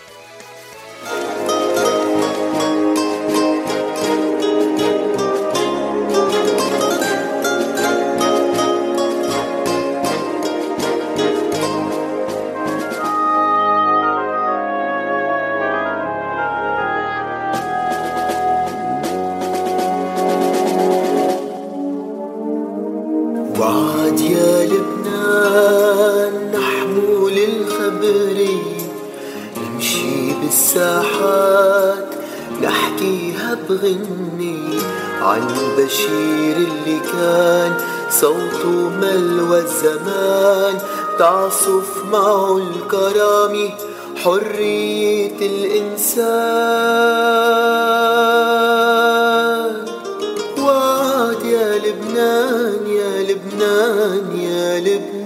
بعد يا لبنان نحمول الخبرية نمشي بالساحات نحكيها بغني عن بشير اللي كان صوته ملوى الزمان تعصف معه الكرامة حرية الإنسان. وعد يا لبنان يا لبنان يا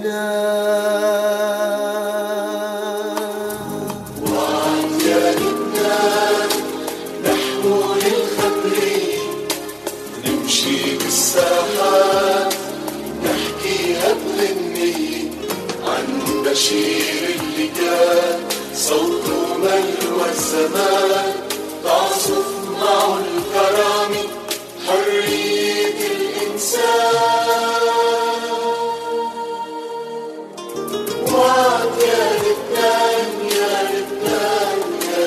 لبنان، وعد يا لبنان نحمل الخبرية نمشي بالساحات نحكيها بغنية عن بشير اللي كان صوته ملوى الزمان تعصف معه الكرامة حرية الإنسان. وعد يا لبنان يا لبنان يا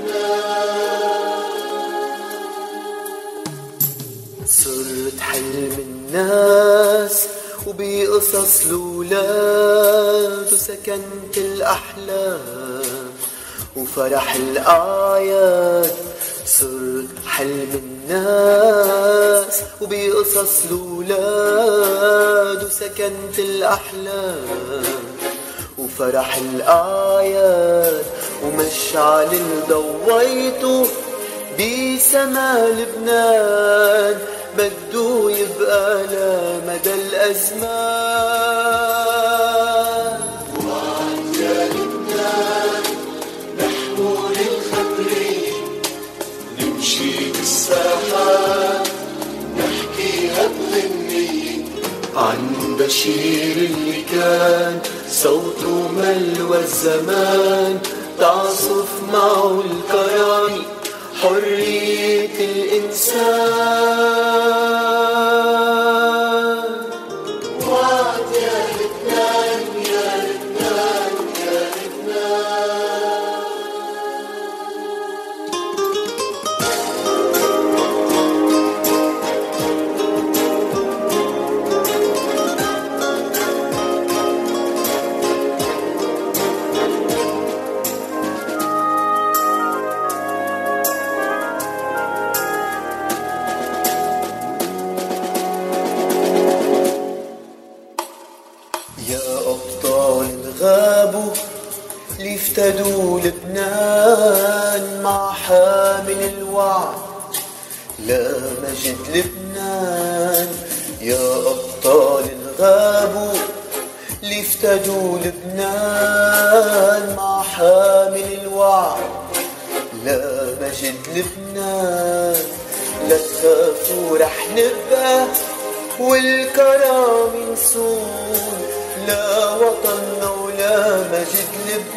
لبنان. صرت حلم الناس وبقصص الولاد وسكنت الأحلام وفرح الأعياد. صرت حلم الناس وبقصص الولاد وسكنت الأحلام وفرح الأعياد ومشعل ضويته بسما لبنان بدو يبقى لمدى الأزمان. وعد يا لبنان نحمل الخبرية نمشي بالساحات نحكيها بغنية عن بشير اللي كان صوته ملوى الزمان تعصف معه الكرامة حرية الإنسان. وعد يا لبنان يا لبنان يا لبنان. غابوا ليفتدوا لبنان مع حامل الوعد لا مجد لبنان. يا أبطال الغابوا ليفتدوا لبنان مع حامل الوعد لا مجد لبنان. لا تخافوا رح نبقى والكرامة نصون لا وطننا ولا مجد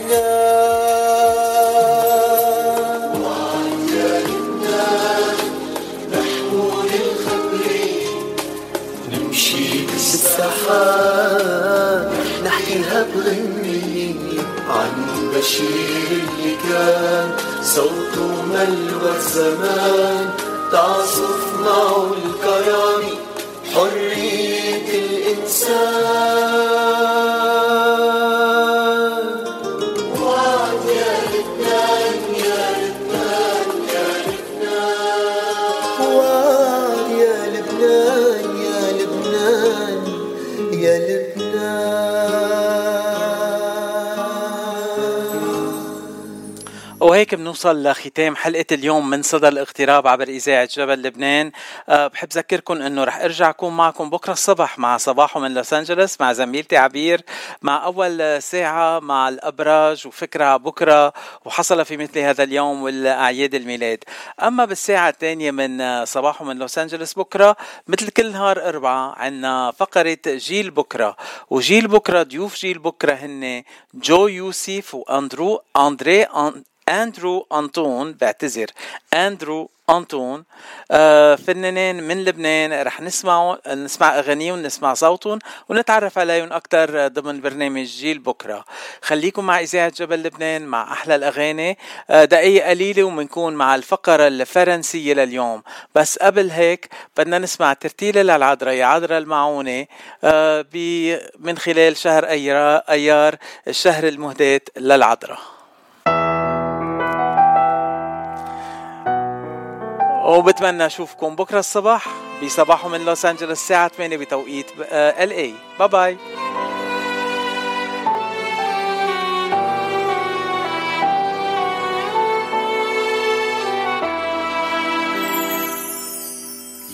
لبنان. وعد يا لبنان نحمل الخبرية نمشي بالساحات نحكيها بغنية عن بشير اللي كان صوته ملوى الزمان تعصف معه الكرامة حرية الإنسان. وعد يا لبنان يا لبنان يا لبنان. وعد يا لبنان يا لبنان يا لبنان. وهيك بنوصل لختام حلقة اليوم من صدى الاغتراب عبر إذاعة جبل لبنان. بحب أذكركم أنه رح أرجع أكون معكم بكرة الصبح مع صباحو من لوس أنجلوس مع زميلتي عبير مع أول ساعة مع الأبراج وفكرة بكرة وحصل في مثل هذا اليوم والأعياد الميلاد. أما بالساعة الثانية من صباحو من لوس أنجلوس بكرة مثل كل نهار أربعة عنا فقرة جيل بكرة. وجيل بكرة ضيوف جيل بكرة هن جو يوسف وأندرو أندرو أنطون فنانين من لبنان. رح نسمع أغانيهم ونسمع صوتهم ونتعرف عليهم أكتر ضمن برنامج جيل بكرة. خليكم مع إذاعة جبل لبنان مع أحلى الأغاني دقيقة قليلة ومنكون مع الفقرة الفرنسية لليوم. بس قبل هيك بدنا نسمع ترتيلة للعذراء يا عذراء المعونة من خلال شهر أيار الشهر المهداة للعذراء. وبتمنى أشوفكم بكرة الصباح بصباحو من لوس أنجلوس الساعة 8 بتوقيت LA. باي باي.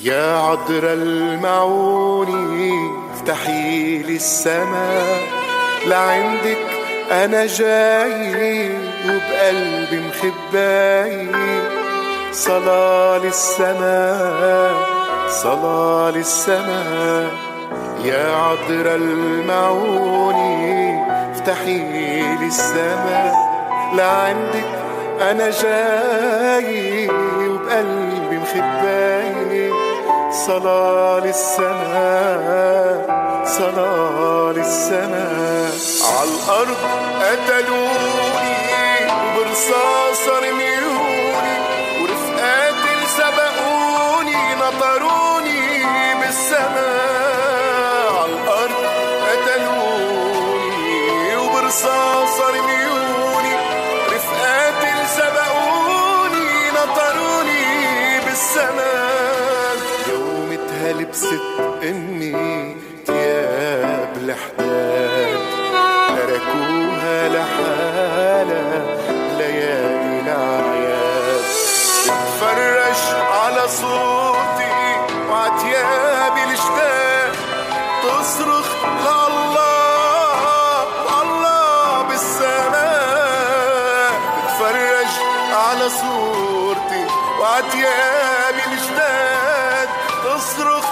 يا عذر المعوني افتحي لي السماء لعندك أنا جاي وبقلبي مخباي صلاة للسماء صلاة للسماء يا عذر المعوني افتحي لي السماء لعندك أنا جاي وبقلبي مخباي صلاة للسماء صلاة للسماء عالأرض قتلوني وبرصاص رميوني ورفقاتي سبقوني نطروني بالسماء عالأرض قتلوني وبرصاص رميوني رفقاتي سبقوني نطروني بالسماء يومتها لبست أمي تياب الأحداد تركوها لحالها ليالي الأعياد تتفرج على صوتي وعتيابي الجداد تصرخ لله والله بالسماء تتفرج على صورتي وعتيابي الجداد تصرخ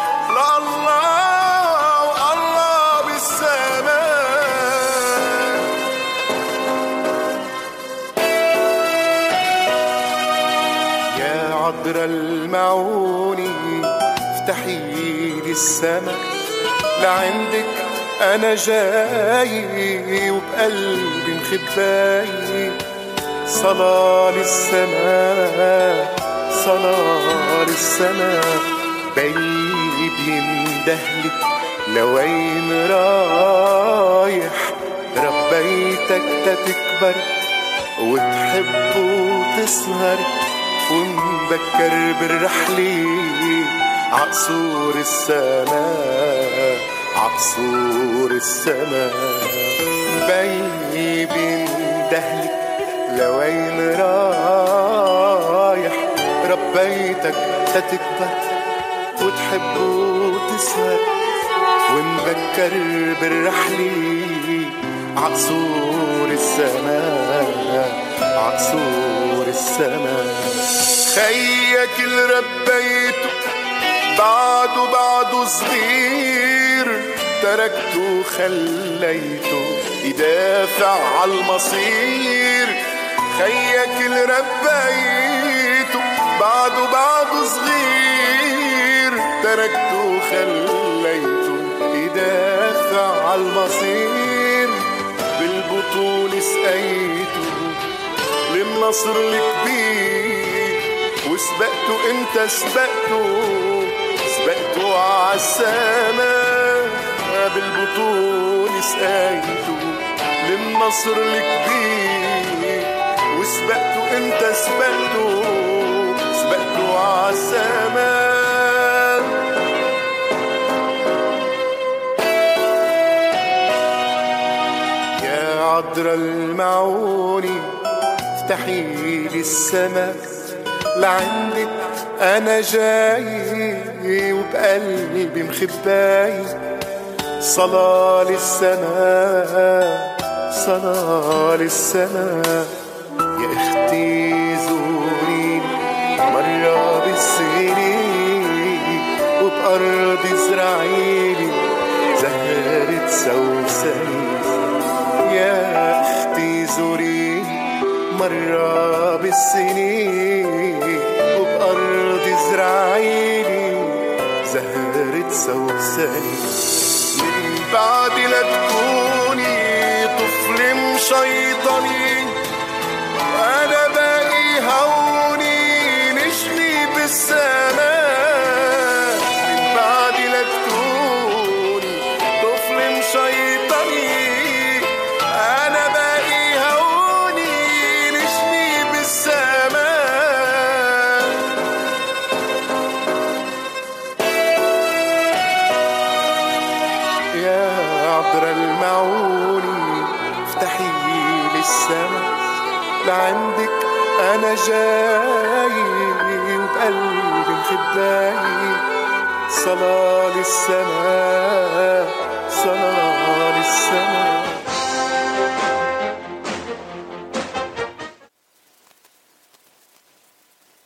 لله والله بالسماء يا عذر المعوني افتحي لي السماء لعندك أنا جاي وبقلبي مخباي صلاة للسماء صلاة للسماء بيي بيندهلك لوين رايح ربيتك تتكبر وتحب وتسهر ومبكر بالرحلة عقصور السماء عقصور السماء بيي بيندهلك لوين رايح ربيتك تتكبر وتحب وتسهر ومبكر بالرحلة عقصور السماء عقصور السماء خيك اللي ربيته بعده صغير تركته خليته يدافع عالمصير خيك اللي ربيته بعده صغير تركته خليته يدافع عالمصير بالبطولة سقيته للنصر الكبير وسبقته انت سبقته عالسماء بالبطولة سقيته للنصر الكبير وسبقته انت سبقته عالسماء يا عذر المعوني افتحي لي السماء لعندك أنا جاي وبقلبي مخباي صلاة للسماء صلاة للسماء يا اختي زوريني مرة بالسنين وبأرض زرعيني زهرة سوسن يا اختي زوريني مرة بالسنين وبأرض زرعيني زهرة سوسن من بعد لا تكوني طفل مشيطني وأنا باقي هوني نشلي بالسماء من بعد لا تكوني طفل مشيطني أنا باقي هوني نشلي بالسماء يا عذر المعوني افتحي لي السماء لعندك أنا جاي وبقلبي مخباي صلاة للسماء صلاة للسماء